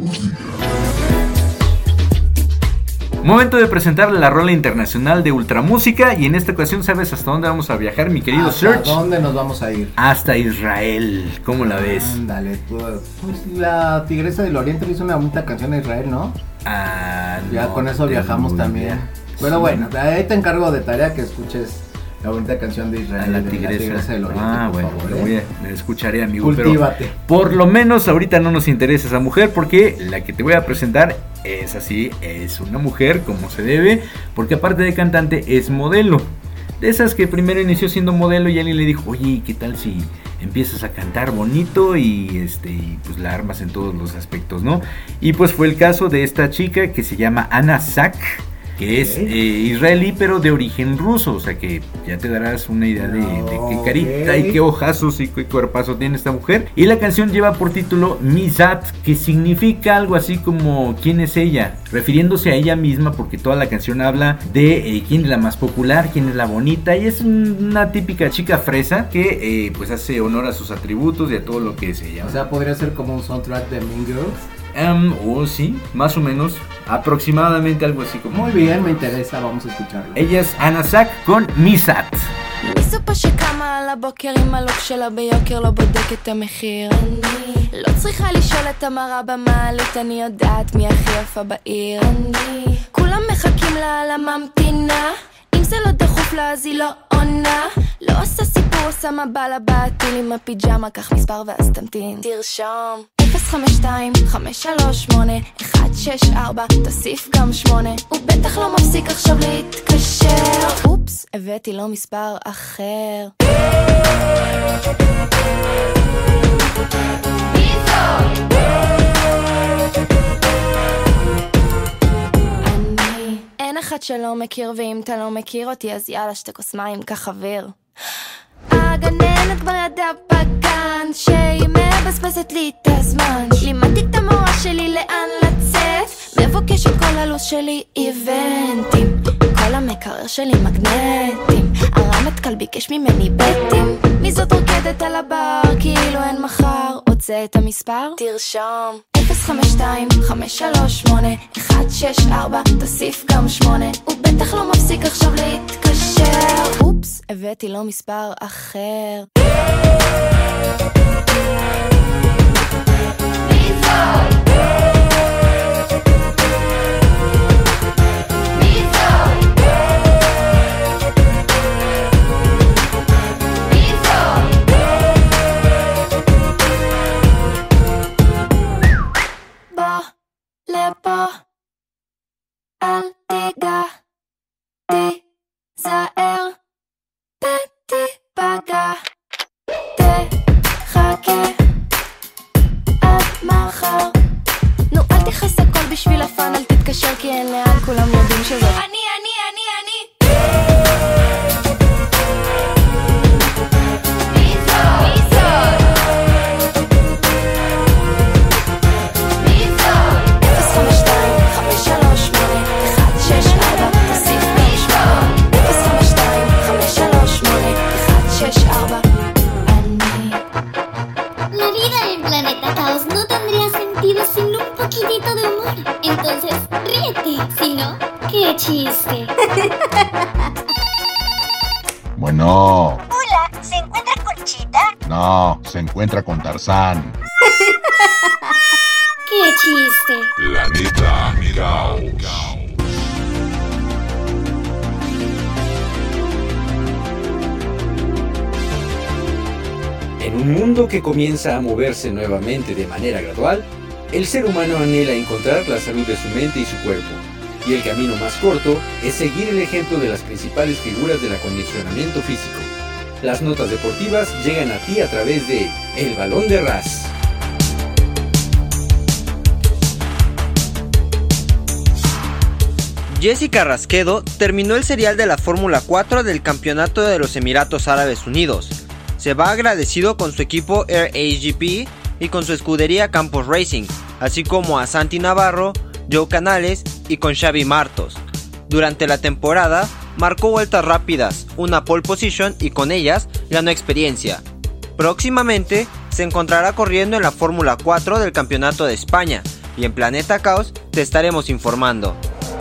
Momento de presentar la rola internacional de Ultramúsica, y en esta ocasión, ¿sabes hasta dónde vamos a viajar, mi querido Serge? ¿Hasta dónde nos vamos a ir? Hasta Israel. ¿Cómo la ves? Ándale, pues la Tigresa del Oriente le hizo una bonita canción a Israel, ¿no? Ya no, con eso viajamos también. Pero bueno, ahí te encargo de tarea que escuches la bonita canción de Israel, la Tigresa del Oriente. Bueno, favor, me escucharé, amigo. Cultívate. Pero por lo menos ahorita no nos interesa esa mujer, porque la que te voy a presentar es así, es una mujer como se debe, porque aparte de cantante es modelo. De esas que primero inició siendo modelo y alguien le dijo, oye, ¿qué tal si empiezas a cantar bonito y pues la armas en todos los aspectos, ¿no? Y pues fue el caso de esta chica que se llama Anna Sak, que es israelí pero de origen ruso, o sea que ya te darás una idea de qué carita y qué ojazos y qué cuerpazo tiene esta mujer. Y la canción lleva por título Mizat, que significa algo así como ¿quién es ella?, refiriéndose a ella misma, porque toda la canción habla de quién es la más popular, quién es la bonita, y es una típica chica fresa que pues hace honor a sus atributos y a todo lo que es ella. O sea, podría ser como un soundtrack de Mean Girls. Sí, más o menos, aproximadamente algo así como. Muy bien, me interesa, vamos a escucharlo. Ella es Anna Sak con Mizat. מי סופה שקמה על הבוקר עם הלוק שלה ביוקר לא בודק את המחיר אני לא צריכה לשאול את המראה במעלית אני יודעת מי הכי יפה בעיר אני כולם מחכים לה על הממתינה אם זה לא דחוף לה אז היא לא עונה לא עושה סיפור עושה מבא לבעתיל עם הפיג'מה קח מספר ואז תמתין תרשום 052-538-164 תוסיף גם 8 הוא בטח לא מפסיק עכשיו להתקשר אופס, הבאתי לו מספר אחר אני אין אחד שלא מכיר ואם אתה לא מכיר אותי אז יאללה שתי כוס מים כחבר I הגננת כבר ידעה בגן שהיא מבזבזת לי את הזמן. לימדתי את המורה שלי לאן לצאת, מבוקשת כל הלו"ז שלי איבנטים, כל המקרר שלי מגנטים, הרמטכ"ל ביקש ממני בטים. מי זאת רוקדת על הבר כאילו אין מחר, רוצה את המספר? תרשום 052-538-164, תוסיף גם 8, הוא בטח לא מפסיק עכשיו להתקשר. אופס, הבאתי לו מספר אחר. לפה, אל תיגע, תיזהר, תיפגע, תחכה עד מחר. נו אל תכעס הכל בשביל הפן, אל תתקשר כי אין לאן, כולם יודעים שזאת אני. Entonces, ríete, si no, qué chiste. Bueno. Hola, ¿se encuentra Conchita? No, se encuentra con Tarzán. Qué chiste. Planeta Caos. En un mundo que comienza a moverse nuevamente de manera gradual, el ser humano anhela encontrar la salud de su mente y su cuerpo, y el camino más corto es seguir el ejemplo de las principales figuras del acondicionamiento físico. Las notas deportivas llegan a ti a través de El Balón de Ras. Jessica Rasquedo terminó el serial de la Fórmula 4 del Campeonato de los Emiratos Árabes Unidos. Se va agradecido con su equipo Air AGP y con su escudería Campos Racing, así como a Santi Navarro, Joe Canales y con Xavi Martos. Durante la temporada marcó vueltas rápidas, una pole position y con ellas ganó experiencia. Próximamente se encontrará corriendo en la Fórmula 4 del Campeonato de España y en Planeta Caos te estaremos informando.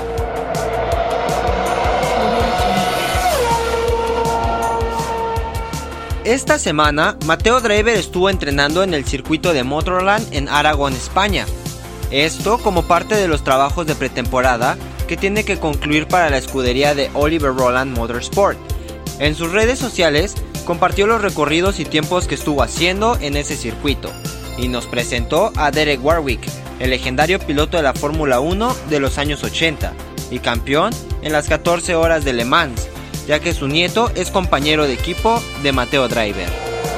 Esta semana, Mateo Driver estuvo entrenando en el circuito de Motorland en Aragón, España. Esto como parte de los trabajos de pretemporada que tiene que concluir para la escudería de Oliver Roland Motorsport. En sus redes sociales compartió los recorridos y tiempos que estuvo haciendo en ese circuito y nos presentó a Derek Warwick, el legendario piloto de la Fórmula 1 de los años 80 y campeón en las 14 horas de Le Mans, ya que su nieto es compañero de equipo de Mateo Driver.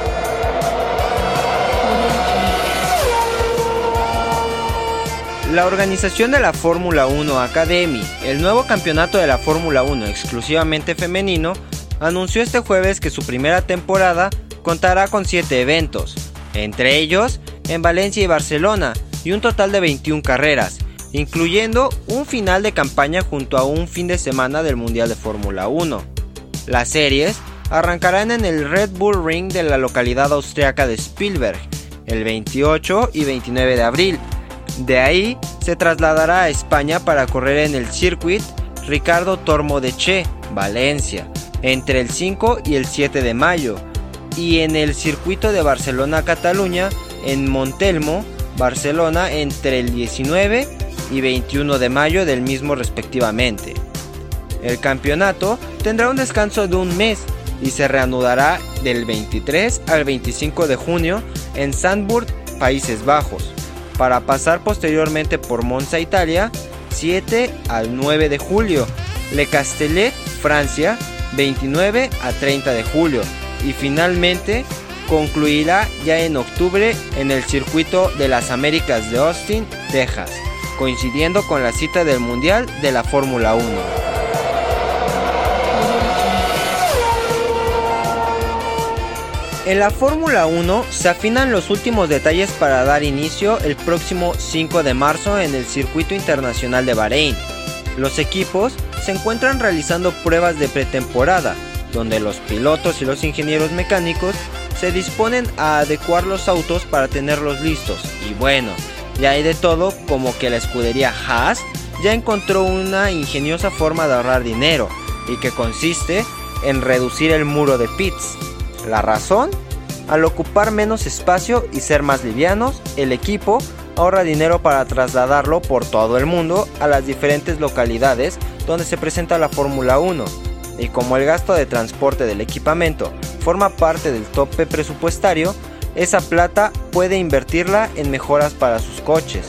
La organización de la Fórmula 1 Academy, el nuevo campeonato de la Fórmula 1 exclusivamente femenino, anunció este jueves que su primera temporada contará con 7 eventos, entre ellos en Valencia y Barcelona, y un total de 21 carreras, incluyendo un final de campaña junto a un fin de semana del Mundial de Fórmula 1. Las series arrancarán en el Red Bull Ring de la localidad austriaca de Spielberg el 28 y 29 de abril. De ahí se trasladará a España para correr en el Circuit Ricardo Tormo de Che, Valencia, entre el 5 y el 7 de mayo, y en el Circuito de Barcelona-Cataluña en Montelmo, Barcelona, entre el 19 y 21 de mayo del mismo respectivamente. El campeonato tendrá un descanso de un mes y se reanudará del 23 al 25 de junio en Zandvoort, Países Bajos, para pasar posteriormente por Monza, Italia, 7 al 9 de julio, Le Castellet, Francia, 29 a 30 de julio, y finalmente concluirá ya en octubre en el Circuito de las Américas de Austin, Texas, coincidiendo con la cita del Mundial de la Fórmula 1. En la Fórmula 1 se afinan los últimos detalles para dar inicio el próximo 5 de marzo en el Circuito Internacional de Bahrein. Los equipos se encuentran realizando pruebas de pretemporada, donde los pilotos y los ingenieros mecánicos se disponen a adecuar los autos para tenerlos listos. Y bueno, ya hay de todo, como que la escudería Haas ya encontró una ingeniosa forma de ahorrar dinero, y que consiste en reducir el muro de pits. ¿La razón? Al ocupar menos espacio y ser más livianos, el equipo ahorra dinero para trasladarlo por todo el mundo a las diferentes localidades donde se presenta la Fórmula 1. Y como el gasto de transporte del equipamiento forma parte del tope presupuestario, esa plata puede invertirla en mejoras para sus coches.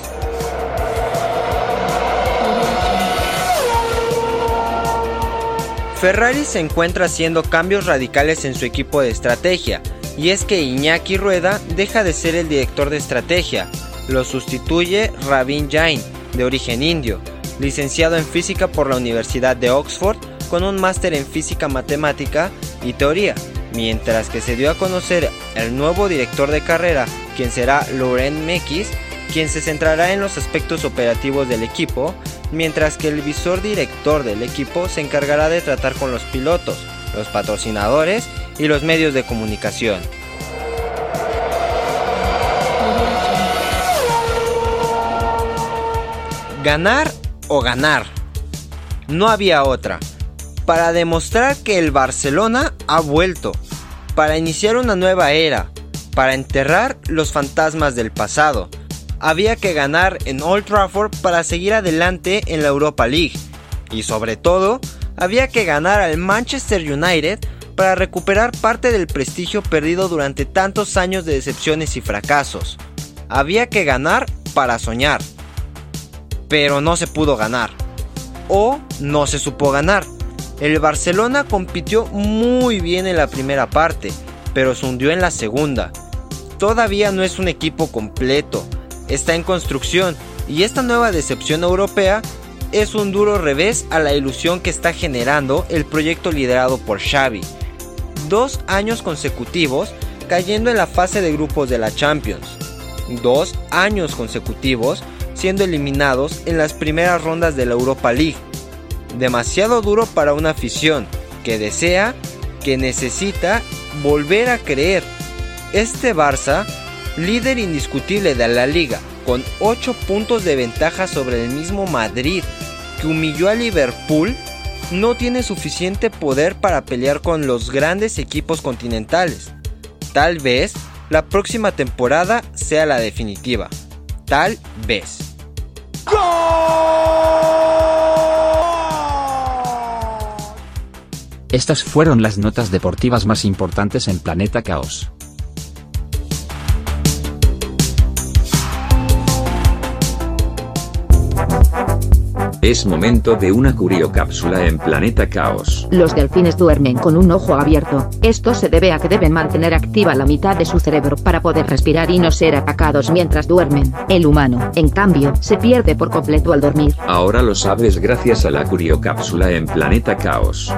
Ferrari se encuentra haciendo cambios radicales en su equipo de estrategia, y es que Iñaki Rueda deja de ser el director de estrategia. Lo sustituye Ravin Jain, de origen indio, licenciado en física por la Universidad de Oxford con un máster en física matemática y teoría, mientras que se dio a conocer el nuevo director de carrera, quien será Laurent Mekies, quien se centrará en los aspectos operativos del equipo, mientras que el visor director del equipo se encargará de tratar con los pilotos, los patrocinadores y los medios de comunicación. Ganar o ganar. No había otra. Para demostrar que el Barcelona ha vuelto, para iniciar una nueva era, para enterrar los fantasmas del pasado. Había que ganar en Old Trafford para seguir adelante en la Europa League. Y sobre todo, había que ganar al Manchester United para recuperar parte del prestigio perdido durante tantos años de decepciones y fracasos. Había que ganar para soñar. Pero no se pudo ganar. O no se supo ganar. El Barcelona compitió muy bien en la primera parte, pero se hundió en la segunda. Todavía no es un equipo completo. Está en construcción, y esta nueva decepción europea es un duro revés a la ilusión que está generando el proyecto liderado por Xavi. 2 años consecutivos cayendo en la fase de grupos de la Champions. 2 años consecutivos siendo eliminados en las primeras rondas de la Europa League. Demasiado duro para una afición que desea, que necesita volver a creer. Este Barça, líder indiscutible de la Liga, con 8 puntos de ventaja sobre el mismo Madrid, que humilló a Liverpool, no tiene suficiente poder para pelear con los grandes equipos continentales. Tal vez la próxima temporada sea la definitiva. Tal vez. Estas fueron las notas deportivas más importantes en Planeta Caos. Es momento de una curiocápsula en Planeta Caos. Los delfines duermen con un ojo abierto. Esto se debe a que deben mantener activa la mitad de su cerebro para poder respirar y no ser atacados mientras duermen. El humano, en cambio, se pierde por completo al dormir. Ahora lo sabes gracias a la curiocápsula en Planeta Caos.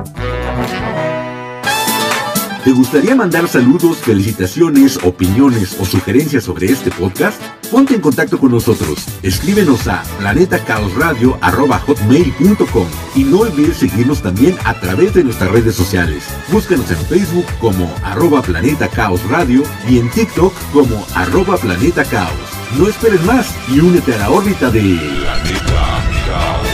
¿Te gustaría mandar saludos, felicitaciones, opiniones o sugerencias sobre este podcast? Ponte en contacto con nosotros. Escríbenos a planetacaosradio@hotmail.com y no olvides seguirnos también a través de nuestras redes sociales. Búscanos en Facebook como @planetacaosradio y en TikTok como @planetacaos. No esperes más y únete a la órbita de Planeta Caos.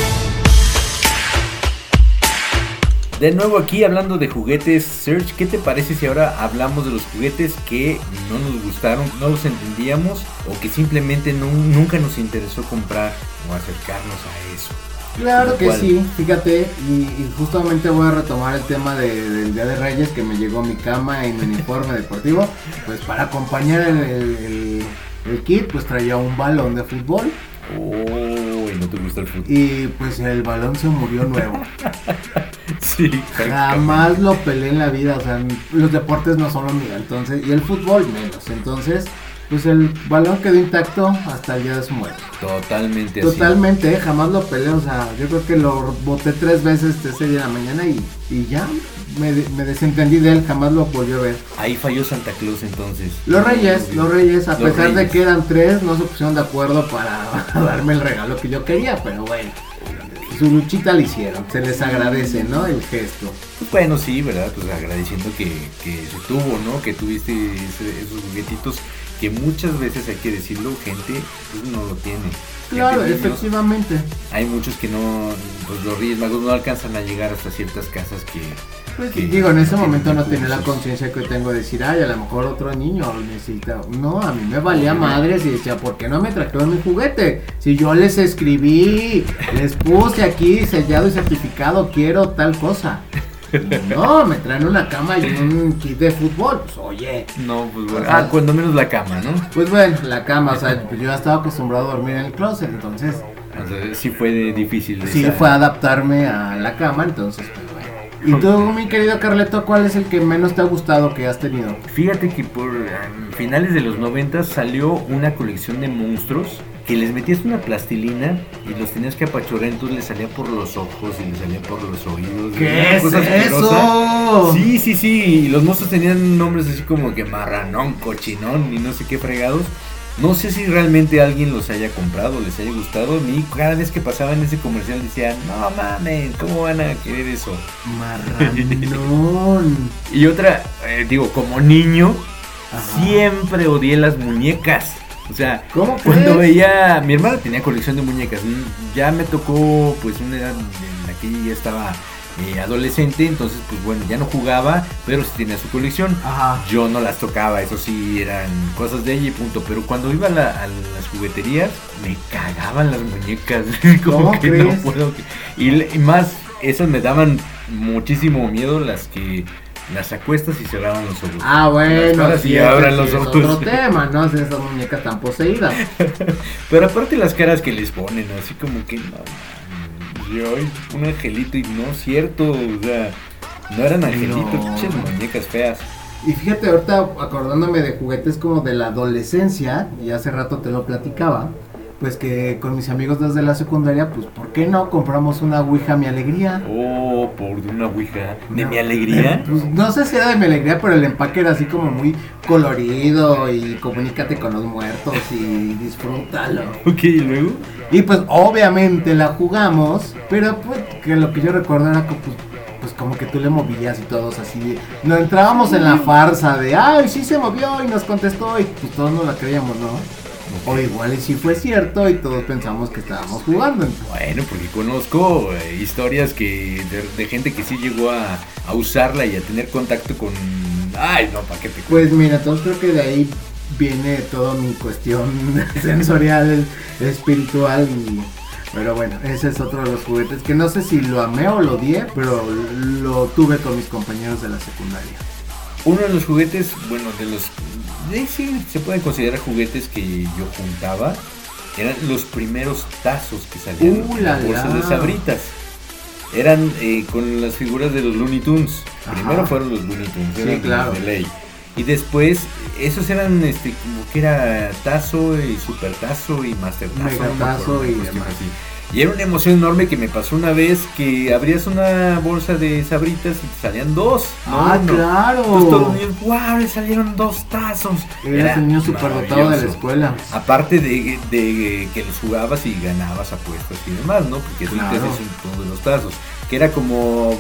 De nuevo aquí hablando de juguetes, Serge, ¿qué te parece si ahora hablamos de los juguetes que no nos gustaron, no los entendíamos o que simplemente nunca nos interesó comprar o acercarnos a eso? Claro que sí, fíjate, y justamente voy a retomar el tema del Día de Reyes, que me llegó mi cama en uniforme deportivo. Pues para acompañar el kit, pues traía un balón de fútbol. Oh, y no te gusta el fútbol. Y pues el balón se murió nuevo. Sí, jamás lo peleé en la vida, o sea, los deportes no son lo mío, entonces, y el fútbol menos, entonces, pues el balón quedó intacto hasta el día de su muerte. Totalmente así. Jamás lo peleé, o sea, yo creo que lo boté 3 veces ese día de la mañana y ya, me desentendí de él, jamás lo volví a ver. Ahí falló Santa Claus entonces. Los Reyes, a pesar de que eran 3, no se pusieron de acuerdo para darme el regalo que yo quería, pero bueno, su luchita la hicieron, se les agradece, ¿no? El gesto. Pues bueno, sí, ¿verdad? Pues agradeciendo que se tuvo, ¿no? Que tuviste esos juguetitos que muchas veces, hay que decirlo, gente pues no lo tiene. Claro, efectivamente. Hay muchos que no, pues los Reyes Magos no alcanzan a llegar hasta ciertas casas que... Pues, digo, en ese momento no tenía la conciencia que tengo de decir, ay, a lo mejor otro niño necesita. No, a mí me valía madres y decía, ¿por qué no me trajeron mi juguete? Si yo les escribí, les puse aquí sellado y certificado, quiero tal cosa. No, me traen una cama y un kit de fútbol, pues oye. No, pues bueno. Cuando menos la cama, ¿no? Pues bueno, la cama, o sea, pues yo ya estaba acostumbrado a dormir en el closet, entonces. O sea, sí fue difícil. Sí, fue adaptarme a la cama, entonces, pues bueno. ¿Y tú, mi querido Carleto, cuál es el que menos te ha gustado que has tenido? Fíjate que por finales de los 90 salió una colección de monstruos que les metías una plastilina y los tenías que apachurrar, entonces les salía por los ojos y les salía por los oídos. ¿Qué es eso? Sí, y los monstruos tenían nombres así como que marranón, cochinón y no sé qué fregados. No sé si realmente alguien los haya comprado, les haya gustado. A mí cada vez que pasaba en ese comercial decían, no mames, ¿cómo van a querer eso? Marranón. Y otra, como niño, siempre odié las muñecas. O sea, cuando veía, mi hermana tenía colección de muñecas, ya me tocó pues una edad en la que ella ya estaba adolescente, entonces pues bueno, ya no jugaba, pero sí tenía su colección. Yo no las tocaba, eso sí, eran cosas de ella y punto, pero cuando iba a las jugueterías, me cagaban las muñecas, como que crees? No puedo, y más, esas me daban muchísimo miedo, las que las acuestas y cerraban los ojos. Bueno, sí, abran los ojos. Es otro tema, ¿no? Esas muñecas tan poseídas. Pero aparte las caras que les ponen, así como que yo, un angelito, y no es cierto, o sea, no eran angelitos, pinches muñecas feas. Y fíjate, ahorita acordándome de juguetes como de la adolescencia, y hace rato te lo platicaba, pues que con mis amigos desde la secundaria, pues ¿por qué no compramos una Ouija Mi Alegría? Por una Ouija de Mi Alegría. Pues no sé si era de Mi Alegría, pero el empaque era así como muy colorido y comunícate con los muertos y disfrútalo. Ok, ¿y luego? Y pues obviamente la jugamos, pero pues que lo que yo recuerdo era que pues como que tú le movías y todos así, no entrábamos en la farsa de ay, sí se movió y nos contestó y pues todos no la creíamos, ¿no? O igual y sí fue cierto y todos pensamos que estábamos jugando. Bueno, porque conozco historias que de gente que sí llegó a usarla y a tener contacto con... Ay, no, ¿para qué te... Pues mira, entonces creo que de ahí viene toda mi cuestión sensorial, espiritual y... Pero bueno, ese es otro de los juguetes que no sé si lo amé o lo odié, pero lo tuve con mis compañeros de la secundaria. Uno de los juguetes, bueno, de los... sí, se pueden considerar juguetes que yo juntaba. Eran los primeros tazos que salían en las bolsas de Sabritas. Eran con las figuras de los Looney Tunes. Primero fueron los Looney Tunes, sí, claro, de ley. Y después, esos eran como que era tazo y super tazo y master tazo. Mega tazo y demás. Y era una emoción enorme que me pasó una vez que abrías una bolsa de Sabritas y te salían dos. Claro. Entonces todos los niños, wow, le salieron dos tazos. Eras un niño superdotado de la escuela. Aparte de que los jugabas y ganabas apuestas y demás, ¿no? Porque eso es uno de los tazos. Que era como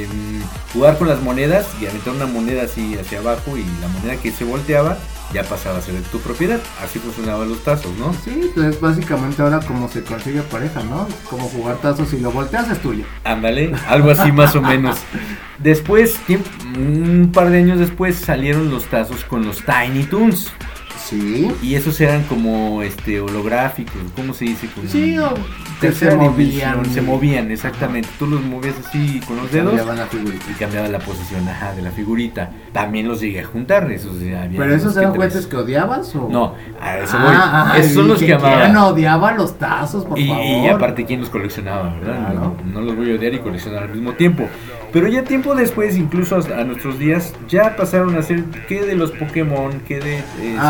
jugar con las monedas y aventar una moneda así hacia abajo y la moneda que se volteaba ya pasaba a ser de tu propiedad. Así funcionaban los tazos, ¿no? Sí, pues básicamente ahora como se consigue pareja, ¿no? Como jugar tazos y lo volteas es tuyo. Ándale, algo así más o menos. Después, un par de años después salieron los tazos con los Tiny Toons. Sí. Y esos eran como holográficos, ¿cómo se dice? Sí, que se movían. Se movían, exactamente. Tú los movías así con los dedos y cambiaban la posición de la figurita. También los llegué a juntar. ¿Pero esos eran juguetes que odiabas? ¿O? No, a eso voy. Esos son los que amaba. No odiaba los tazos, por favor. Y aparte, ¿quién los coleccionaba, verdad? Claro. No los voy a odiar y coleccionar al mismo tiempo. Pero ya tiempo después, incluso a nuestros días, ya pasaron a ser que de los Pokémon, que de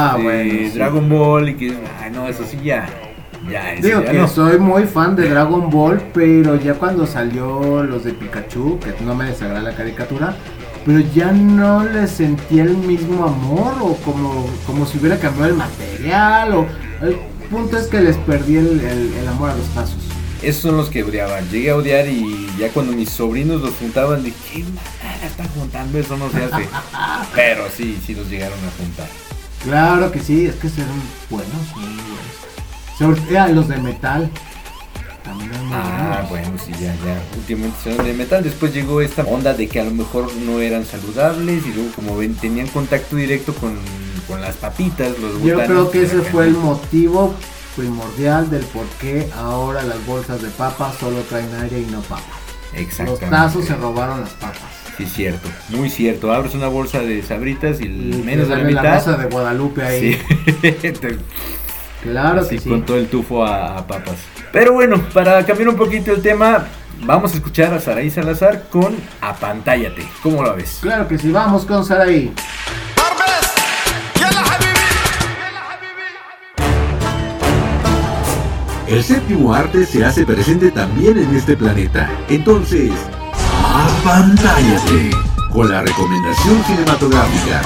Dragon Ball y que... no, eso sí ya digo que no. Soy muy fan de Dragon Ball, pero ya cuando salió los de Pikachu, que no me desagrada la caricatura, pero ya no le sentía el mismo amor, o como si hubiera cambiado el material, o el punto es que les perdí el amor a los tazos. Esos son los que odiaban. Llegué a odiar y ya cuando mis sobrinos los juntaban dije, ¿qué están juntando? Eso no se hace. Pero sí los llegaron a juntar. Claro que sí, es que eran buenos, muy buenos. Sobre todo los de metal. Bueno, sí, ya. Últimamente son de metal. Después llegó esta onda de que a lo mejor no eran saludables. Y luego, como ven, tenían contacto directo con las papitas. Yo creo que ese fue el motivo primordial del por qué ahora las bolsas de papas solo traen aire y no papas. Exactamente. Los tazos se robaron las papas. Sí, cierto, muy cierto. Abres una bolsa de Sabritas y menos de la mitad. La bolsa de Guadalupe ahí. Sí. Claro así, que sí. Con todo el tufo a papas. Pero bueno, para cambiar un poquito el tema, vamos a escuchar a Saraí Salazar con Apantállate. ¿Cómo lo ves? Claro que sí, vamos con Saraí. El séptimo arte se hace presente también en este planeta. Entonces, apantállate con la recomendación cinematográfica.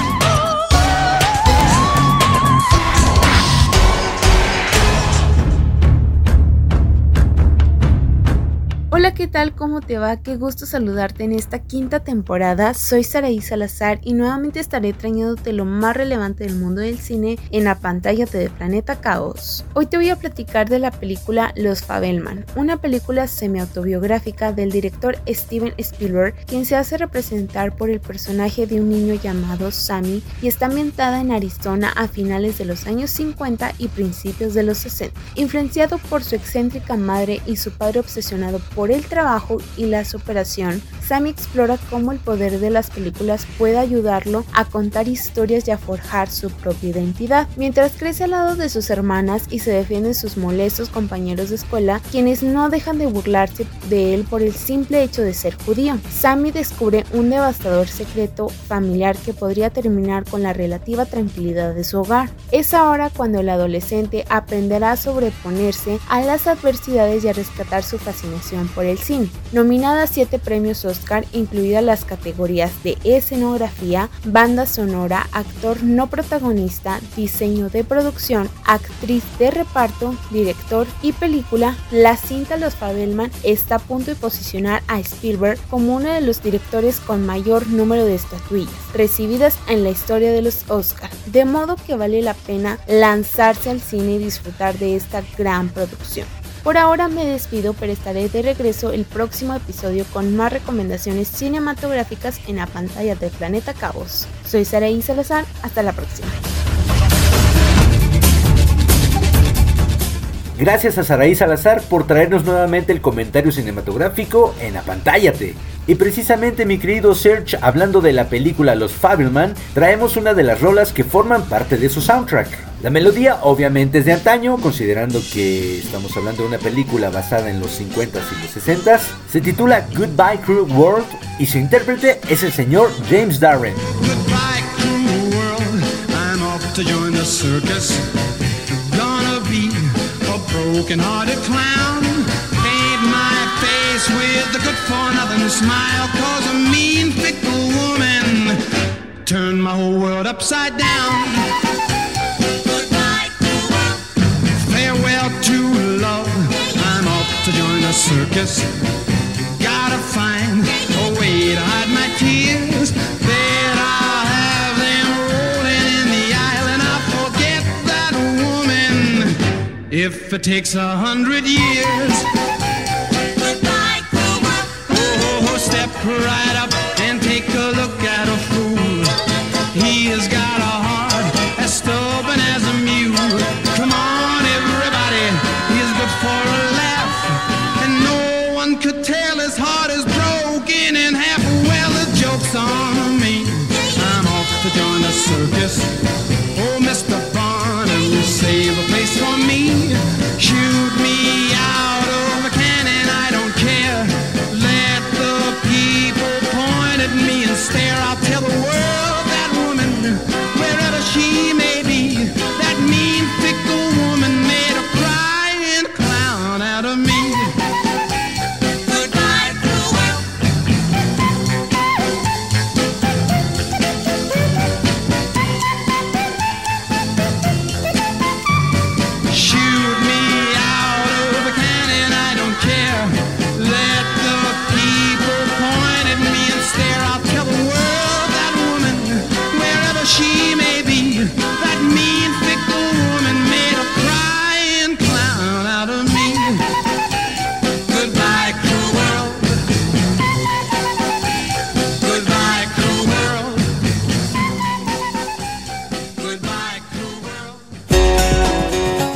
Hola, ¿qué tal? ¿Cómo te va? Qué gusto saludarte en esta quinta temporada. Soy Saraí Salazar y nuevamente estaré trayéndote lo más relevante del mundo del cine en Apantállate de Planeta Caos. Hoy te voy a platicar de la película Los Fabelman, una película semi-autobiográfica del director Steven Spielberg, quien se hace representar por el personaje de un niño llamado Sammy y está ambientada en Arizona a finales de los años 50 y principios de los 60. Influenciado por su excéntrica madre y su padre obsesionado por el trabajo y la superación, Sammy explora cómo el poder de las películas puede ayudarlo a contar historias y a forjar su propia identidad. Mientras crece al lado de sus hermanas y se defienden sus molestos compañeros de escuela, quienes no dejan de burlarse de él por el simple hecho de ser judío, Sammy descubre un devastador secreto familiar que podría terminar con la relativa tranquilidad de su hogar. Es ahora cuando el adolescente aprenderá a sobreponerse a las adversidades y a rescatar su fascinación por el cine. Nominada a 7 premios Oscar, incluidas las categorías de escenografía, banda sonora, actor no protagonista, diseño de producción, actriz de reparto, director y película, la cinta Los Fabelman está a punto de posicionar a Spielberg como uno de los directores con mayor número de estatuillas recibidas en la historia de los Oscar, de modo que vale la pena lanzarse al cine y disfrutar de esta gran producción. Por ahora me despido, pero estaré de regreso el próximo episodio con más recomendaciones cinematográficas en la pantalla de Planeta Caos. Soy Saraí Salazar, hasta la próxima. Gracias a Saraí Salazar por traernos nuevamente el comentario cinematográfico en Apantállate. Y precisamente, mi querido Serge, hablando de la película Los Fabelman, traemos una de las rolas que forman parte de su soundtrack. La melodía obviamente es de antaño, considerando que estamos hablando de una película basada en los 50s y los 60s. Se titula Goodbye Cruel World y su intérprete es el señor James Darren. Goodbye cruel world, I'm off to join the circus. Gonna be a broken-hearted clown. Paint my face with a good-for-nothing smile, cause a mean, fickle woman turned my whole world upside down. Farewell to love, I'm off to join the circus. Gotta find a way to hide my tears. Then I'll have them rolling in the aisle and I'll forget that woman if it takes 100 years. Oh, step right up and take a look at a fool. He has got a heart as stubborn as a mule. Come on, everybody, he's good for a laugh, and no one could tell his heart is broken in half. Well, the joke's on me, I'm off to join the circus. Oh, Mr. Barnum, save a place for me. Shoot me out of a cannon, I don't care. Let the people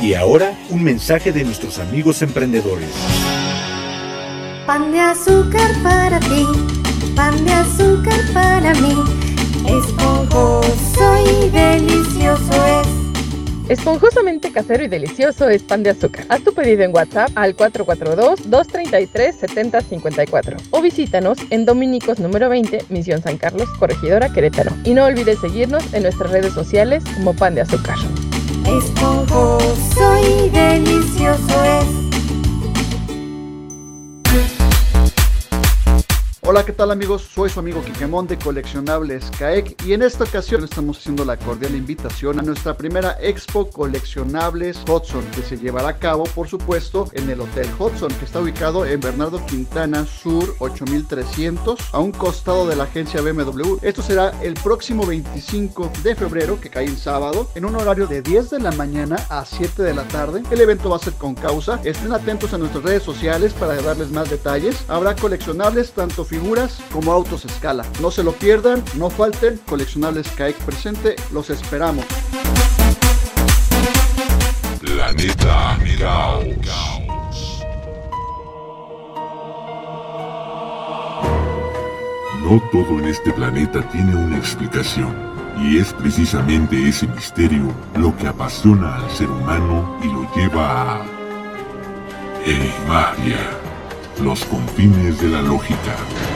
Y ahora, un mensaje de nuestros amigos emprendedores. Pan de azúcar para ti, pan de azúcar para mí. Esponjoso y delicioso es. Esponjosamente casero y delicioso es Pan de Azúcar. Haz tu pedido en WhatsApp al 442-233-7054 o visítanos en Dominicos número 20, Misión San Carlos, Corregidora, Querétaro. Y no olvides seguirnos en nuestras redes sociales como Pan de Azúcar. Esponjoso y delicioso es. Hola, ¿qué tal amigos? Soy su amigo Quiquemón de Coleccionables CAEC y en esta ocasión estamos haciendo la cordial invitación a nuestra primera Expo Coleccionables Hudson, que se llevará a cabo, por supuesto, en el Hotel Hudson, que está ubicado en Bernardo Quintana Sur 8300, a un costado de la agencia BMW. Esto será el próximo 25 de febrero, que cae en sábado, en un horario de 10 de la mañana a 7 de la tarde. El evento va a ser con causa. Estén atentos a nuestras redes sociales para darles más detalles. Habrá coleccionables tanto figuras como autos a escala. No se lo pierdan, no falten. Coleccionables CAEC presente, los esperamos. Planeta Caos. No todo en este planeta tiene una explicación, y es precisamente ese misterio lo que apasiona al ser humano y lo lleva a Enigmagia, los confines de la lógica.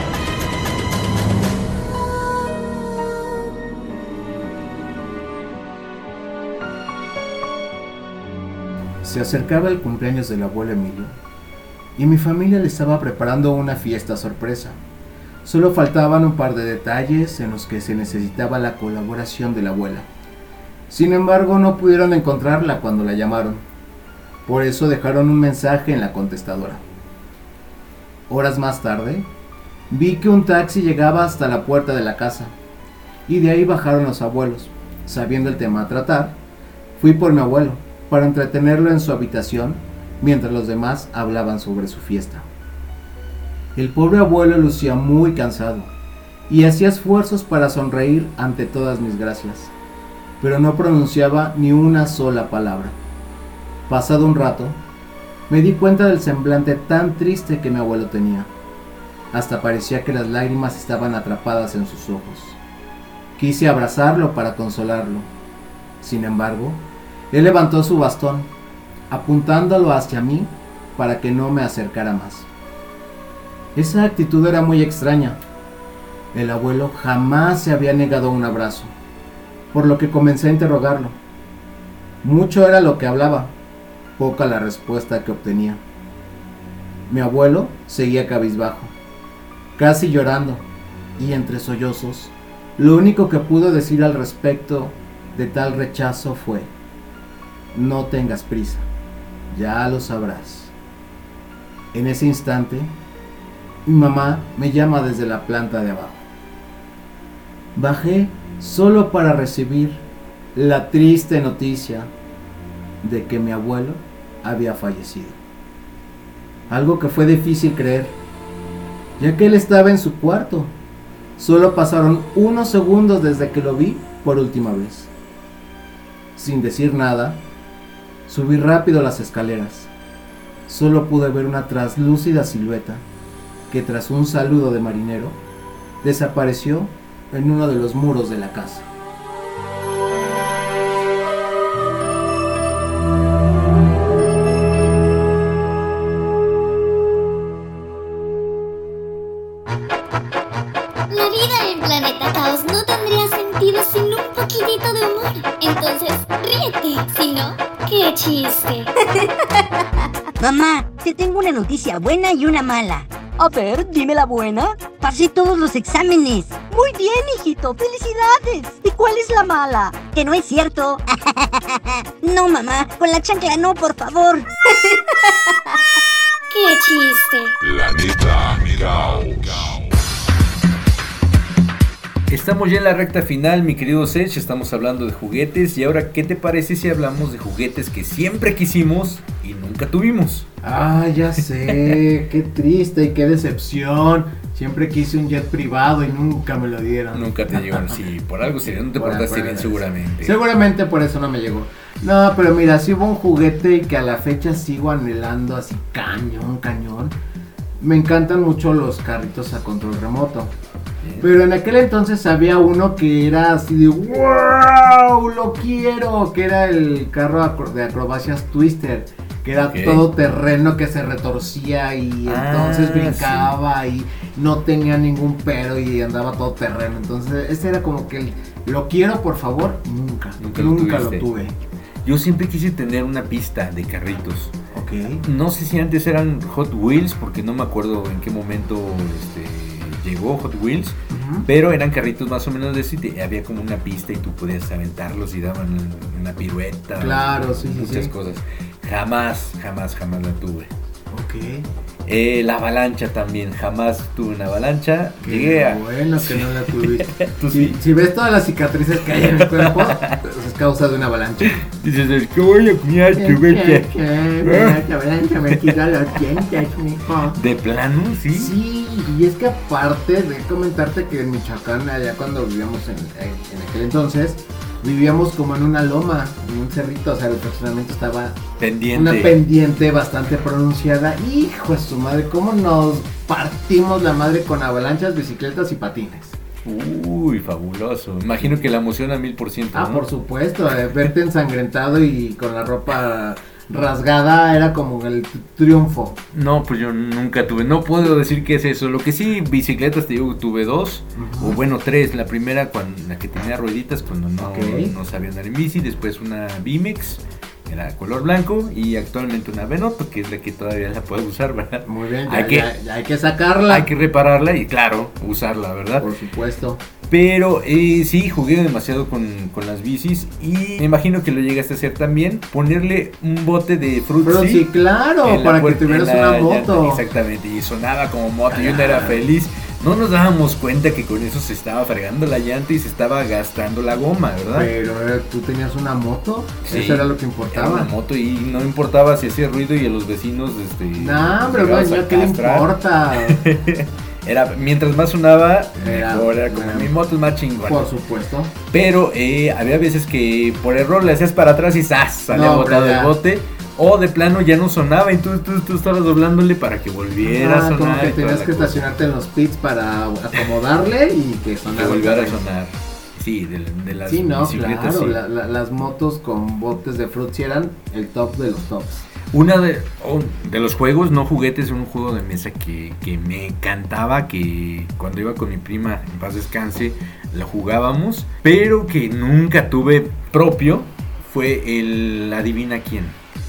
Se acercaba el cumpleaños del abuelo Emilio y mi familia le estaba preparando una fiesta sorpresa. Solo faltaban un par de detalles en los que se necesitaba la colaboración de la abuela. Sin embargo, no pudieron encontrarla cuando la llamaron. Por eso dejaron un mensaje en la contestadora. Horas más tarde, vi que un taxi llegaba hasta la puerta de la casa y de ahí bajaron los abuelos. Sabiendo el tema a tratar, fui por mi abuelo para entretenerlo en su habitación mientras los demás hablaban sobre su fiesta. El pobre abuelo lucía muy cansado y hacía esfuerzos para sonreír ante todas mis gracias, pero no pronunciaba ni una sola palabra. Pasado un rato, me di cuenta del semblante tan triste que mi abuelo tenía. Hasta parecía que las lágrimas estaban atrapadas en sus ojos. Quise abrazarlo para consolarlo. Sin embargo, él levantó su bastón, apuntándolo hacia mí para que no me acercara más. Esa actitud era muy extraña. El abuelo jamás se había negado a un abrazo, por lo que comencé a interrogarlo. Mucho era lo que hablaba, poca la respuesta que obtenía. Mi abuelo seguía cabizbajo, casi llorando, y entre sollozos, lo único que pudo decir al respecto de tal rechazo fue: no tengas prisa, ya lo sabrás. En ese instante, mi mamá me llama desde la planta de abajo. Bajé solo para recibir la triste noticia de que mi abuelo había fallecido. Algo que fue difícil creer, ya que él estaba en su cuarto. Solo pasaron unos segundos desde que lo vi por última vez. Sin decir nada, subí rápido las escaleras. Solo pude ver una traslúcida silueta que tras un saludo de marinero desapareció en uno de los muros de la casa. La vida en Planeta Caos no tendría sentido sin un poquitito de humor. Entonces, ríete. Si no, ¡qué chiste! Mamá, te tengo una noticia buena y una mala. A ver, dime la buena. Pasé todos los exámenes. Muy bien, hijito, felicidades. ¿Y cuál es la mala? Que no es cierto. No, mamá, con la chancla no, por favor. ¡Qué chiste! Planeta Caos. Estamos ya en la recta final, mi querido Sech. Estamos hablando de juguetes. Y ahora, ¿qué te parece si hablamos de juguetes que siempre quisimos y nunca tuvimos? Ah, ya sé. Qué triste y qué decepción. Siempre quise un jet privado y nunca me lo dieron. Nunca te llegaron. Sí, por algo sería. No te portaste bien seguramente. Seguramente por eso no me llegó. No, pero mira, sí hubo un juguete que a la fecha sigo anhelando así cañón. Me encantan mucho los carritos a control remoto. Pero en aquel entonces había uno que era así de ¡wow! ¡Lo quiero! Que era el carro de acrobacias Twister. Que era todo terreno, que se retorcía y entonces brincaba y no tenía ningún pero y andaba todo terreno. Entonces ese era como que lo quiero, por favor. Nunca lo tuve. Yo siempre quise tener una pista de carritos. Ok. No sé si antes eran Hot Wheels, porque no me acuerdo en qué momento llegó Hot Wheels, pero eran carritos más o menos de eso y había como una pista y tú podías aventarlos y daban una pirueta. Claro, sí, muchas cosas. Jamás la tuve. Ok. La avalancha también, jamás tuve una avalancha. Qué bueno que no la tuviste. Tú sí. Si ves todas las cicatrices que hay en el cuerpo, es causa de una avalancha. Dices, ¿qué voy a comer? La avalancha me quita los dientes, mijo. ¿De plano? Sí. Sí, y es que aparte de comentarte que en Michoacán, allá cuando vivíamos en aquel entonces, vivíamos como en una loma, en un cerrito, o sea, el fraccionamiento estaba una pendiente bastante pronunciada. Hijo de su madre, cómo nos partimos la madre con avalanchas, bicicletas y patines. Uy, fabuloso. Imagino que la emoción a 1000%. ¿no? Por supuesto, verte ensangrentado y con la ropa rasgada era como el triunfo. No, pues yo nunca tuve, no puedo decir que es eso. Lo que sí, bicicletas, te digo, tuve 2, o bueno 3. La primera, la que tenía rueditas cuando no sabía andar en bici. Después una Bimex, era color blanco, y actualmente una Benotto, que es la que todavía la puedo usar, ¿verdad? Muy bien, hay que sacarla. Hay que repararla y claro, usarla, ¿verdad? Por supuesto. Pero sí, jugué demasiado con las bicis y me imagino que lo llegaste a hacer también. Ponerle un bote de Fruitsy. Sí, claro, para que tuvieras una moto. Exactamente, y sonaba como moto y uno era feliz. No nos dábamos cuenta que con eso se estaba fregando la llanta y se estaba gastando la goma, ¿verdad? Pero tú tenías una moto, sí, eso era lo que importaba. Era una moto y no importaba si hacía ruido y a los vecinos no, pero bueno, ¿qué le importa? Era, mientras más sonaba, mejor, era como mi moto es más chingona. Por supuesto. Pero había veces que por error le hacías para atrás y ¡zas! Salía botado el bote. O de plano ya no sonaba y tú estabas doblándole para que volviera a sonar. Como que tenías que estacionarte en los pits para acomodarle y que sonara. Que volviera a sonar. Sí, de las bicicletas. Claro, sí. Las motos con botes de Fruitsy eran el top de los tops. Una de los juegos, no juguetes, un juego de mesa que me encantaba, que cuando iba con mi prima, en paz descanse, la jugábamos, pero que nunca tuve propio, fue el Adivina Quién.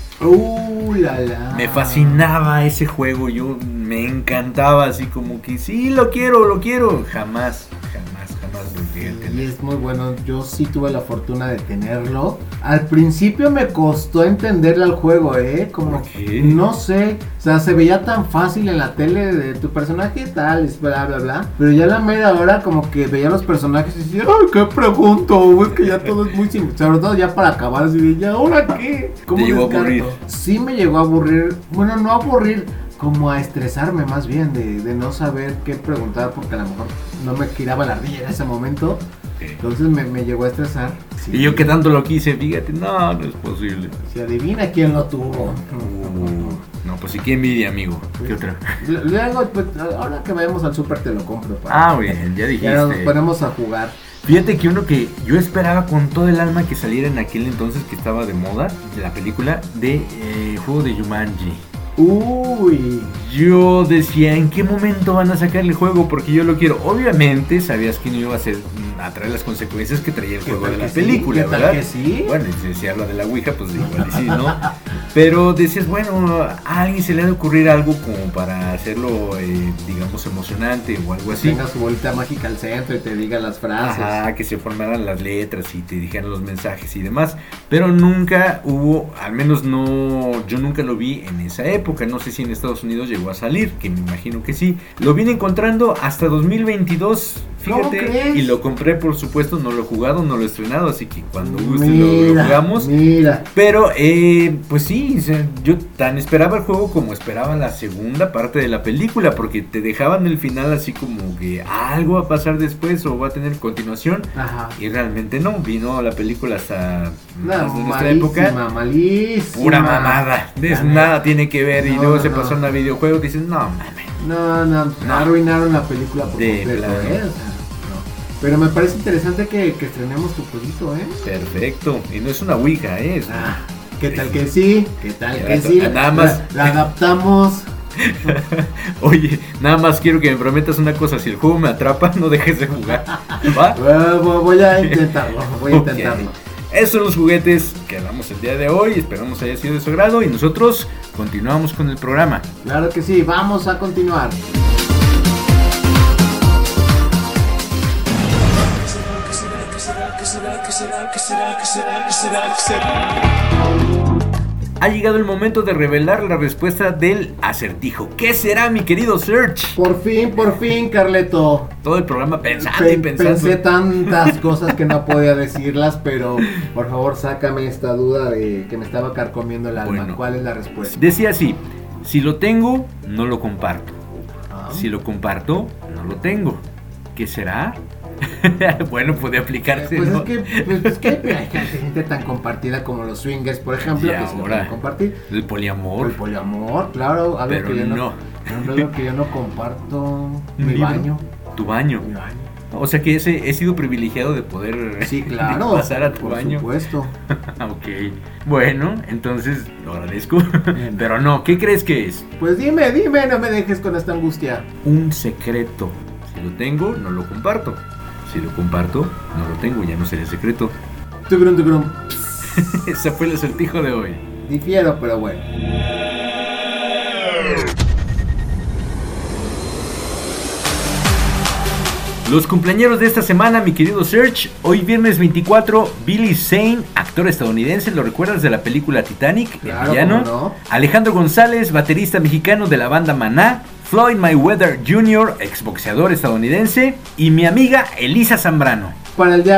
Me fascinaba ese juego, me encantaba, así como que sí, lo quiero, jamás lo llegué a tener. Y es muy bueno, yo sí tuve la fortuna de tenerlo. Al principio me costó entenderle al juego, como no sé, o sea, se veía tan fácil en la tele de tu personaje tal, bla bla bla, pero ya a la media hora como que veía los personajes y decía, ay, ¿qué pregunto? Es que ya todo es muy simple, sobre todo ya para acabar así de, ¿ya ahora qué? ¿Te llegó a aburrir? Sí me llegó a aburrir, bueno, no a aburrir, como a estresarme más bien, de no saber qué preguntar, porque a lo mejor no me giraba la ardilla en ese momento. Entonces me llegó a estresar. Sí. Y yo que tanto lo quise, fíjate, no es posible. Si adivina quién lo tuvo. No, pues sí, qué envidia, amigo. ¿Qué otra? Luego, pues, ahora que vayamos al súper te lo compro. Bien, ya dijiste. Ya nos ponemos a jugar. Fíjate que uno que yo esperaba con todo el alma que saliera en aquel entonces, que estaba de moda, de la película de juego de Jumanji. Yo decía, ¿en qué momento van a sacar el juego? Porque yo lo quiero. Obviamente sabías que no iba a traer las consecuencias que traía el juego de la película, ¿verdad? Que sí. Bueno, si habla de la Ouija, pues igual sí, ¿no? Pero decías, bueno, a alguien se le ha de ocurrir algo como para hacerlo, digamos, emocionante o algo así. Tenga su bolita mágica al centro y te diga las frases. Que se formaran las letras y te dijeran los mensajes y demás. Pero nunca hubo, al menos yo nunca lo vi en esa época. No sé si en Estados Unidos llegó a salir, que me imagino que sí. Lo vine encontrando hasta 2022, fíjate, y lo compré compré, por supuesto, no lo he jugado, no lo he estrenado, así que cuando guste lo jugamos. Pero, pues sí, yo tan esperaba el juego como esperaba la segunda parte de la película, porque te dejaban el final así como que algo va a pasar después o va a tener continuación. Ajá. Y realmente no, vino la película hasta más de nuestra época. Malísima. Pura mamada, nada tiene que ver, y luego se pasó a videojuegos, dices, no mames. No, arruinaron la película por completo, Pero me parece interesante que estrenemos tu jueguito, Perfecto, y no es una ouija, ¿Qué tal que sí? Nada más la adaptamos. Oye, nada más quiero que me prometas una cosa: si el juego me atrapa, no dejes de jugar, ¿va? Voy a intentarlo. Okay. Esos son los juguetes que hablamos el día de hoy. Esperamos haya sido de su agrado y nosotros continuamos con el programa. Claro que sí, vamos a continuar. Ha llegado el momento de revelar la respuesta del acertijo. ¿Qué será, mi querido Serge? Por fin, Carleto. Todo el programa pensando y pensando. Pensé tantas cosas que no podía decirlas, pero por favor sácame esta duda de que me estaba carcomiendo el alma. Bueno, ¿cuál es la respuesta? Decía así: si lo tengo, no lo comparto. Si lo comparto, no lo tengo. ¿Qué será? Bueno, puede aplicarse, pues ¿no? Es que hay gente tan compartida como los swingers, por ejemplo, que se lo pueden compartir. El poliamor. El poliamor, claro. Algo pero que yo no. Algo que yo no comparto. Mi baño. Tu baño. Mi baño. O sea que he sido privilegiado de poder pasar a tu baño. Por supuesto. Ok. Bueno, entonces lo agradezco. Pero no, ¿qué crees que es? Pues dime, no me dejes con esta angustia. Un secreto. Si lo tengo, no lo comparto. Si lo comparto, no lo tengo, ya no sería secreto. Tugrum. Ese fue el acertijo de hoy. Difiero, pero bueno. Los cumpleañeros de esta semana, mi querido Serge. Hoy viernes 24, Billy Zane, actor estadounidense, ¿lo recuerdas de la película Titanic? Claro, el villano. No. Alejandro González, baterista mexicano de la banda Maná. Floyd Mayweather Jr., exboxeador estadounidense. Y mi amiga Elisa Zambrano. Para el día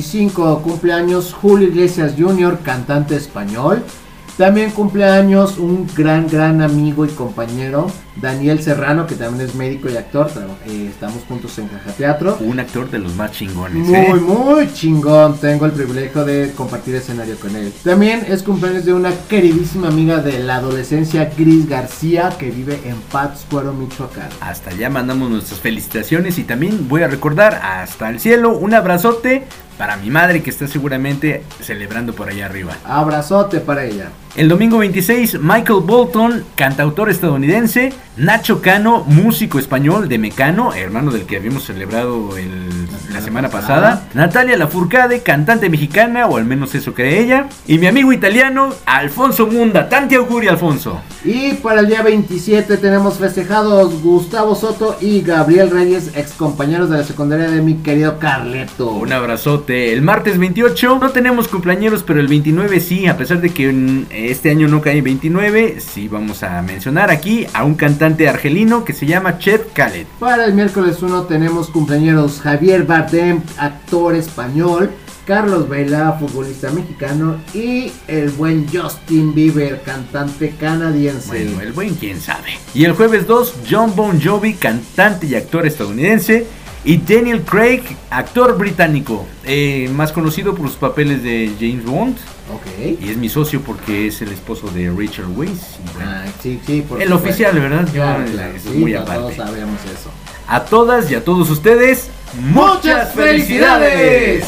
25 cumpleaños Julio Iglesias Jr., cantante español. También cumpleaños un gran amigo y compañero, Daniel Serrano, que también es médico y actor. Estamos juntos en Caja Teatro. Un actor de los más chingones. Muy chingón. Tengo el privilegio de compartir escenario con él. También es cumpleaños de una queridísima amiga de la adolescencia, Gris García, que vive en Pátzcuaro, Michoacán. Hasta allá mandamos nuestras felicitaciones y también voy a recordar hasta el cielo un abrazote para mi madre, que está seguramente celebrando por allá arriba. Abrazote para ella. El domingo 26, Michael Bolton, cantautor estadounidense. Nacho Cano, músico español de Mecano, hermano del que habíamos celebrado la semana pasada. Natalia Lafourcade, cantante mexicana, o al menos eso cree ella. Y mi amigo italiano, Alfonso Munda. Tanti auguri, Alfonso. Y para el día 27 tenemos festejados Gustavo Soto y Gabriel Reyes, ex compañeros de la secundaria de mi querido Carleto. Un abrazote. El martes 28 no tenemos cumpleañeros, pero el 29 sí, a pesar de que este año no cae en 29, sí vamos a mencionar aquí a un cantante argelino que se llama Chet Khaled. Para el miércoles 1 tenemos cumpleaños Javier Bardem, actor español, Carlos Vela, futbolista mexicano, y el buen Justin Bieber, cantante canadiense. Bueno, el buen quién sabe. Y el jueves 2, John Bon Jovi, cantante y actor estadounidense, y Daniel Craig, actor británico, más conocido por sus papeles de James Bond. Okay. Y es mi socio porque es el esposo de Rachel Weisz. Bueno, sí, por el oficial, ¿verdad? Claro, es muy aparte. Todos sabemos eso. A todas y a todos ustedes, ¡muchas felicidades!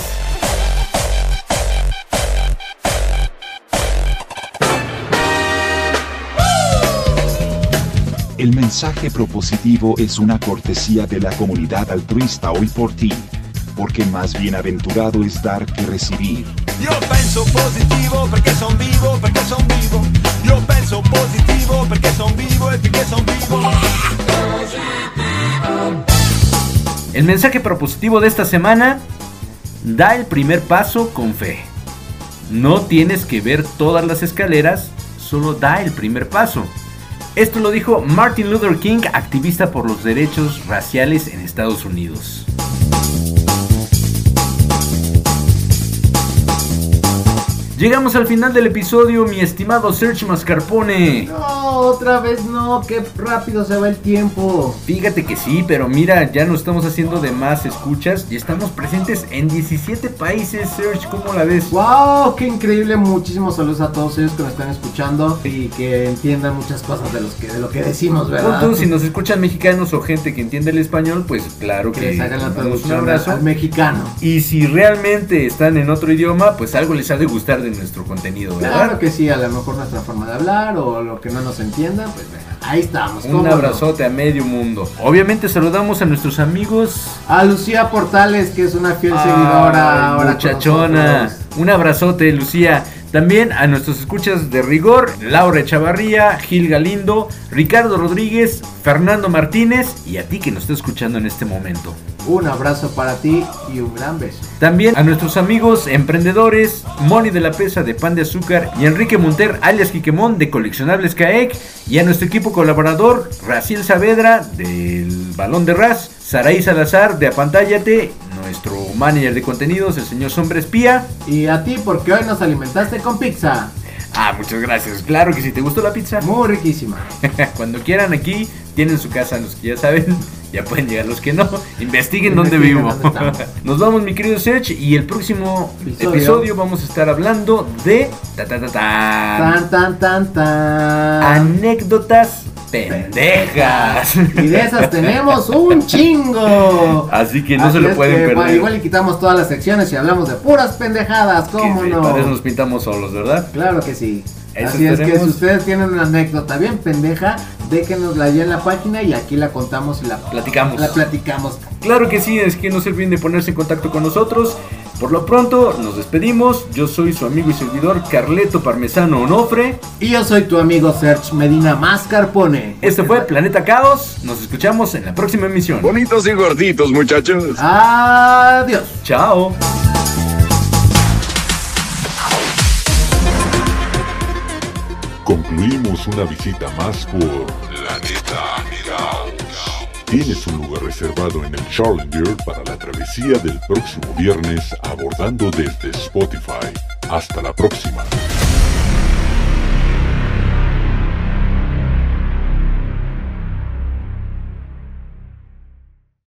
El mensaje propositivo es una cortesía de la comunidad altruista Hoy por Ti, porque más bienaventurado es dar que recibir. Io penso positivo perché son vivo, Io penso positivo perché son vivo e perché son vivo. El mensaje propositivo de esta semana: da el primer paso con fe. No tienes que ver todas las escaleras, solo da el primer paso. Esto lo dijo Martin Luther King, activista por los derechos raciales en Estados Unidos. Llegamos al final del episodio, mi estimado Serge Mascarpone. No, otra vez no, qué rápido se va el tiempo. Fíjate que sí, pero mira, ya nos estamos haciendo de más escuchas y estamos presentes en 17 países, Serge, ¿cómo la ves? ¡Wow! ¡Qué increíble! Muchísimos saludos a todos ellos que nos están escuchando y que entiendan muchas cosas de lo que decimos, ¿verdad? Punto, si nos escuchan mexicanos o gente que entiende el español, pues claro que les hagan la traducción un abrazo al mexicano. Y si realmente están en otro idioma, pues algo les ha de gustar de nuestro contenido, ¿verdad? Claro que sí, a lo mejor nuestra forma de hablar o lo que no nos entiendan, pues venga, ahí estamos. Un abrazote a medio mundo. Obviamente saludamos a nuestros amigos. A Lucía Portales, que es una fiel seguidora ahora, muchachona. Un abrazote, Lucía. También a nuestros escuchas de rigor, Laura Echavarría, Gil Galindo, Ricardo Rodríguez, Fernando Martínez y a ti que nos está escuchando en este momento. Un abrazo para ti y un gran beso. También a nuestros amigos emprendedores, Moni de la Pesa de Pan de Azúcar y Enrique Monter alias Quiquemón de Coleccionables CAEC, y a nuestro equipo colaborador, Raciel Saavedra del Balón de Ras, Saraí Salazar de Apantállate, nuestro manager de contenidos, el señor Sombra Espía. Y a ti porque hoy nos alimentaste con pizza. Ah, muchas gracias. Claro que sí, ¿te gustó la pizza? Muy riquísima. Cuando quieran aquí, tienen su casa, los que ya saben, ya pueden llegar, los que no, investiguen dónde vivo. Nos vamos, mi querido Serge, y el próximo episodio vamos a estar hablando de anécdotas pendejas. Y de esas tenemos un chingo. Así que no se lo pueden perder. Bueno, igual y quitamos todas las secciones y hablamos de puras pendejadas, ¿cómo no? Para eso nos pintamos solos, ¿verdad? Claro que sí. Eso así es que si ustedes tienen una anécdota bien pendeja, déjenosla allá en la página y aquí la contamos y la platicamos. Claro que sí, es que no se olviden de ponerse en contacto con nosotros. Por lo pronto, nos despedimos. Yo soy su amigo y servidor Carleto Parmesano Onofre. Y yo soy tu amigo Serge Medina Mascarpone. Este fue Planeta Caos. Nos escuchamos en la próxima emisión. Bonitos y gorditos, muchachos. Adiós. Chao. Concluimos una visita más por Planeta Caos. Tienes un lugar reservado en el Challenger para la travesía del próximo viernes abordando desde Spotify. Hasta la próxima.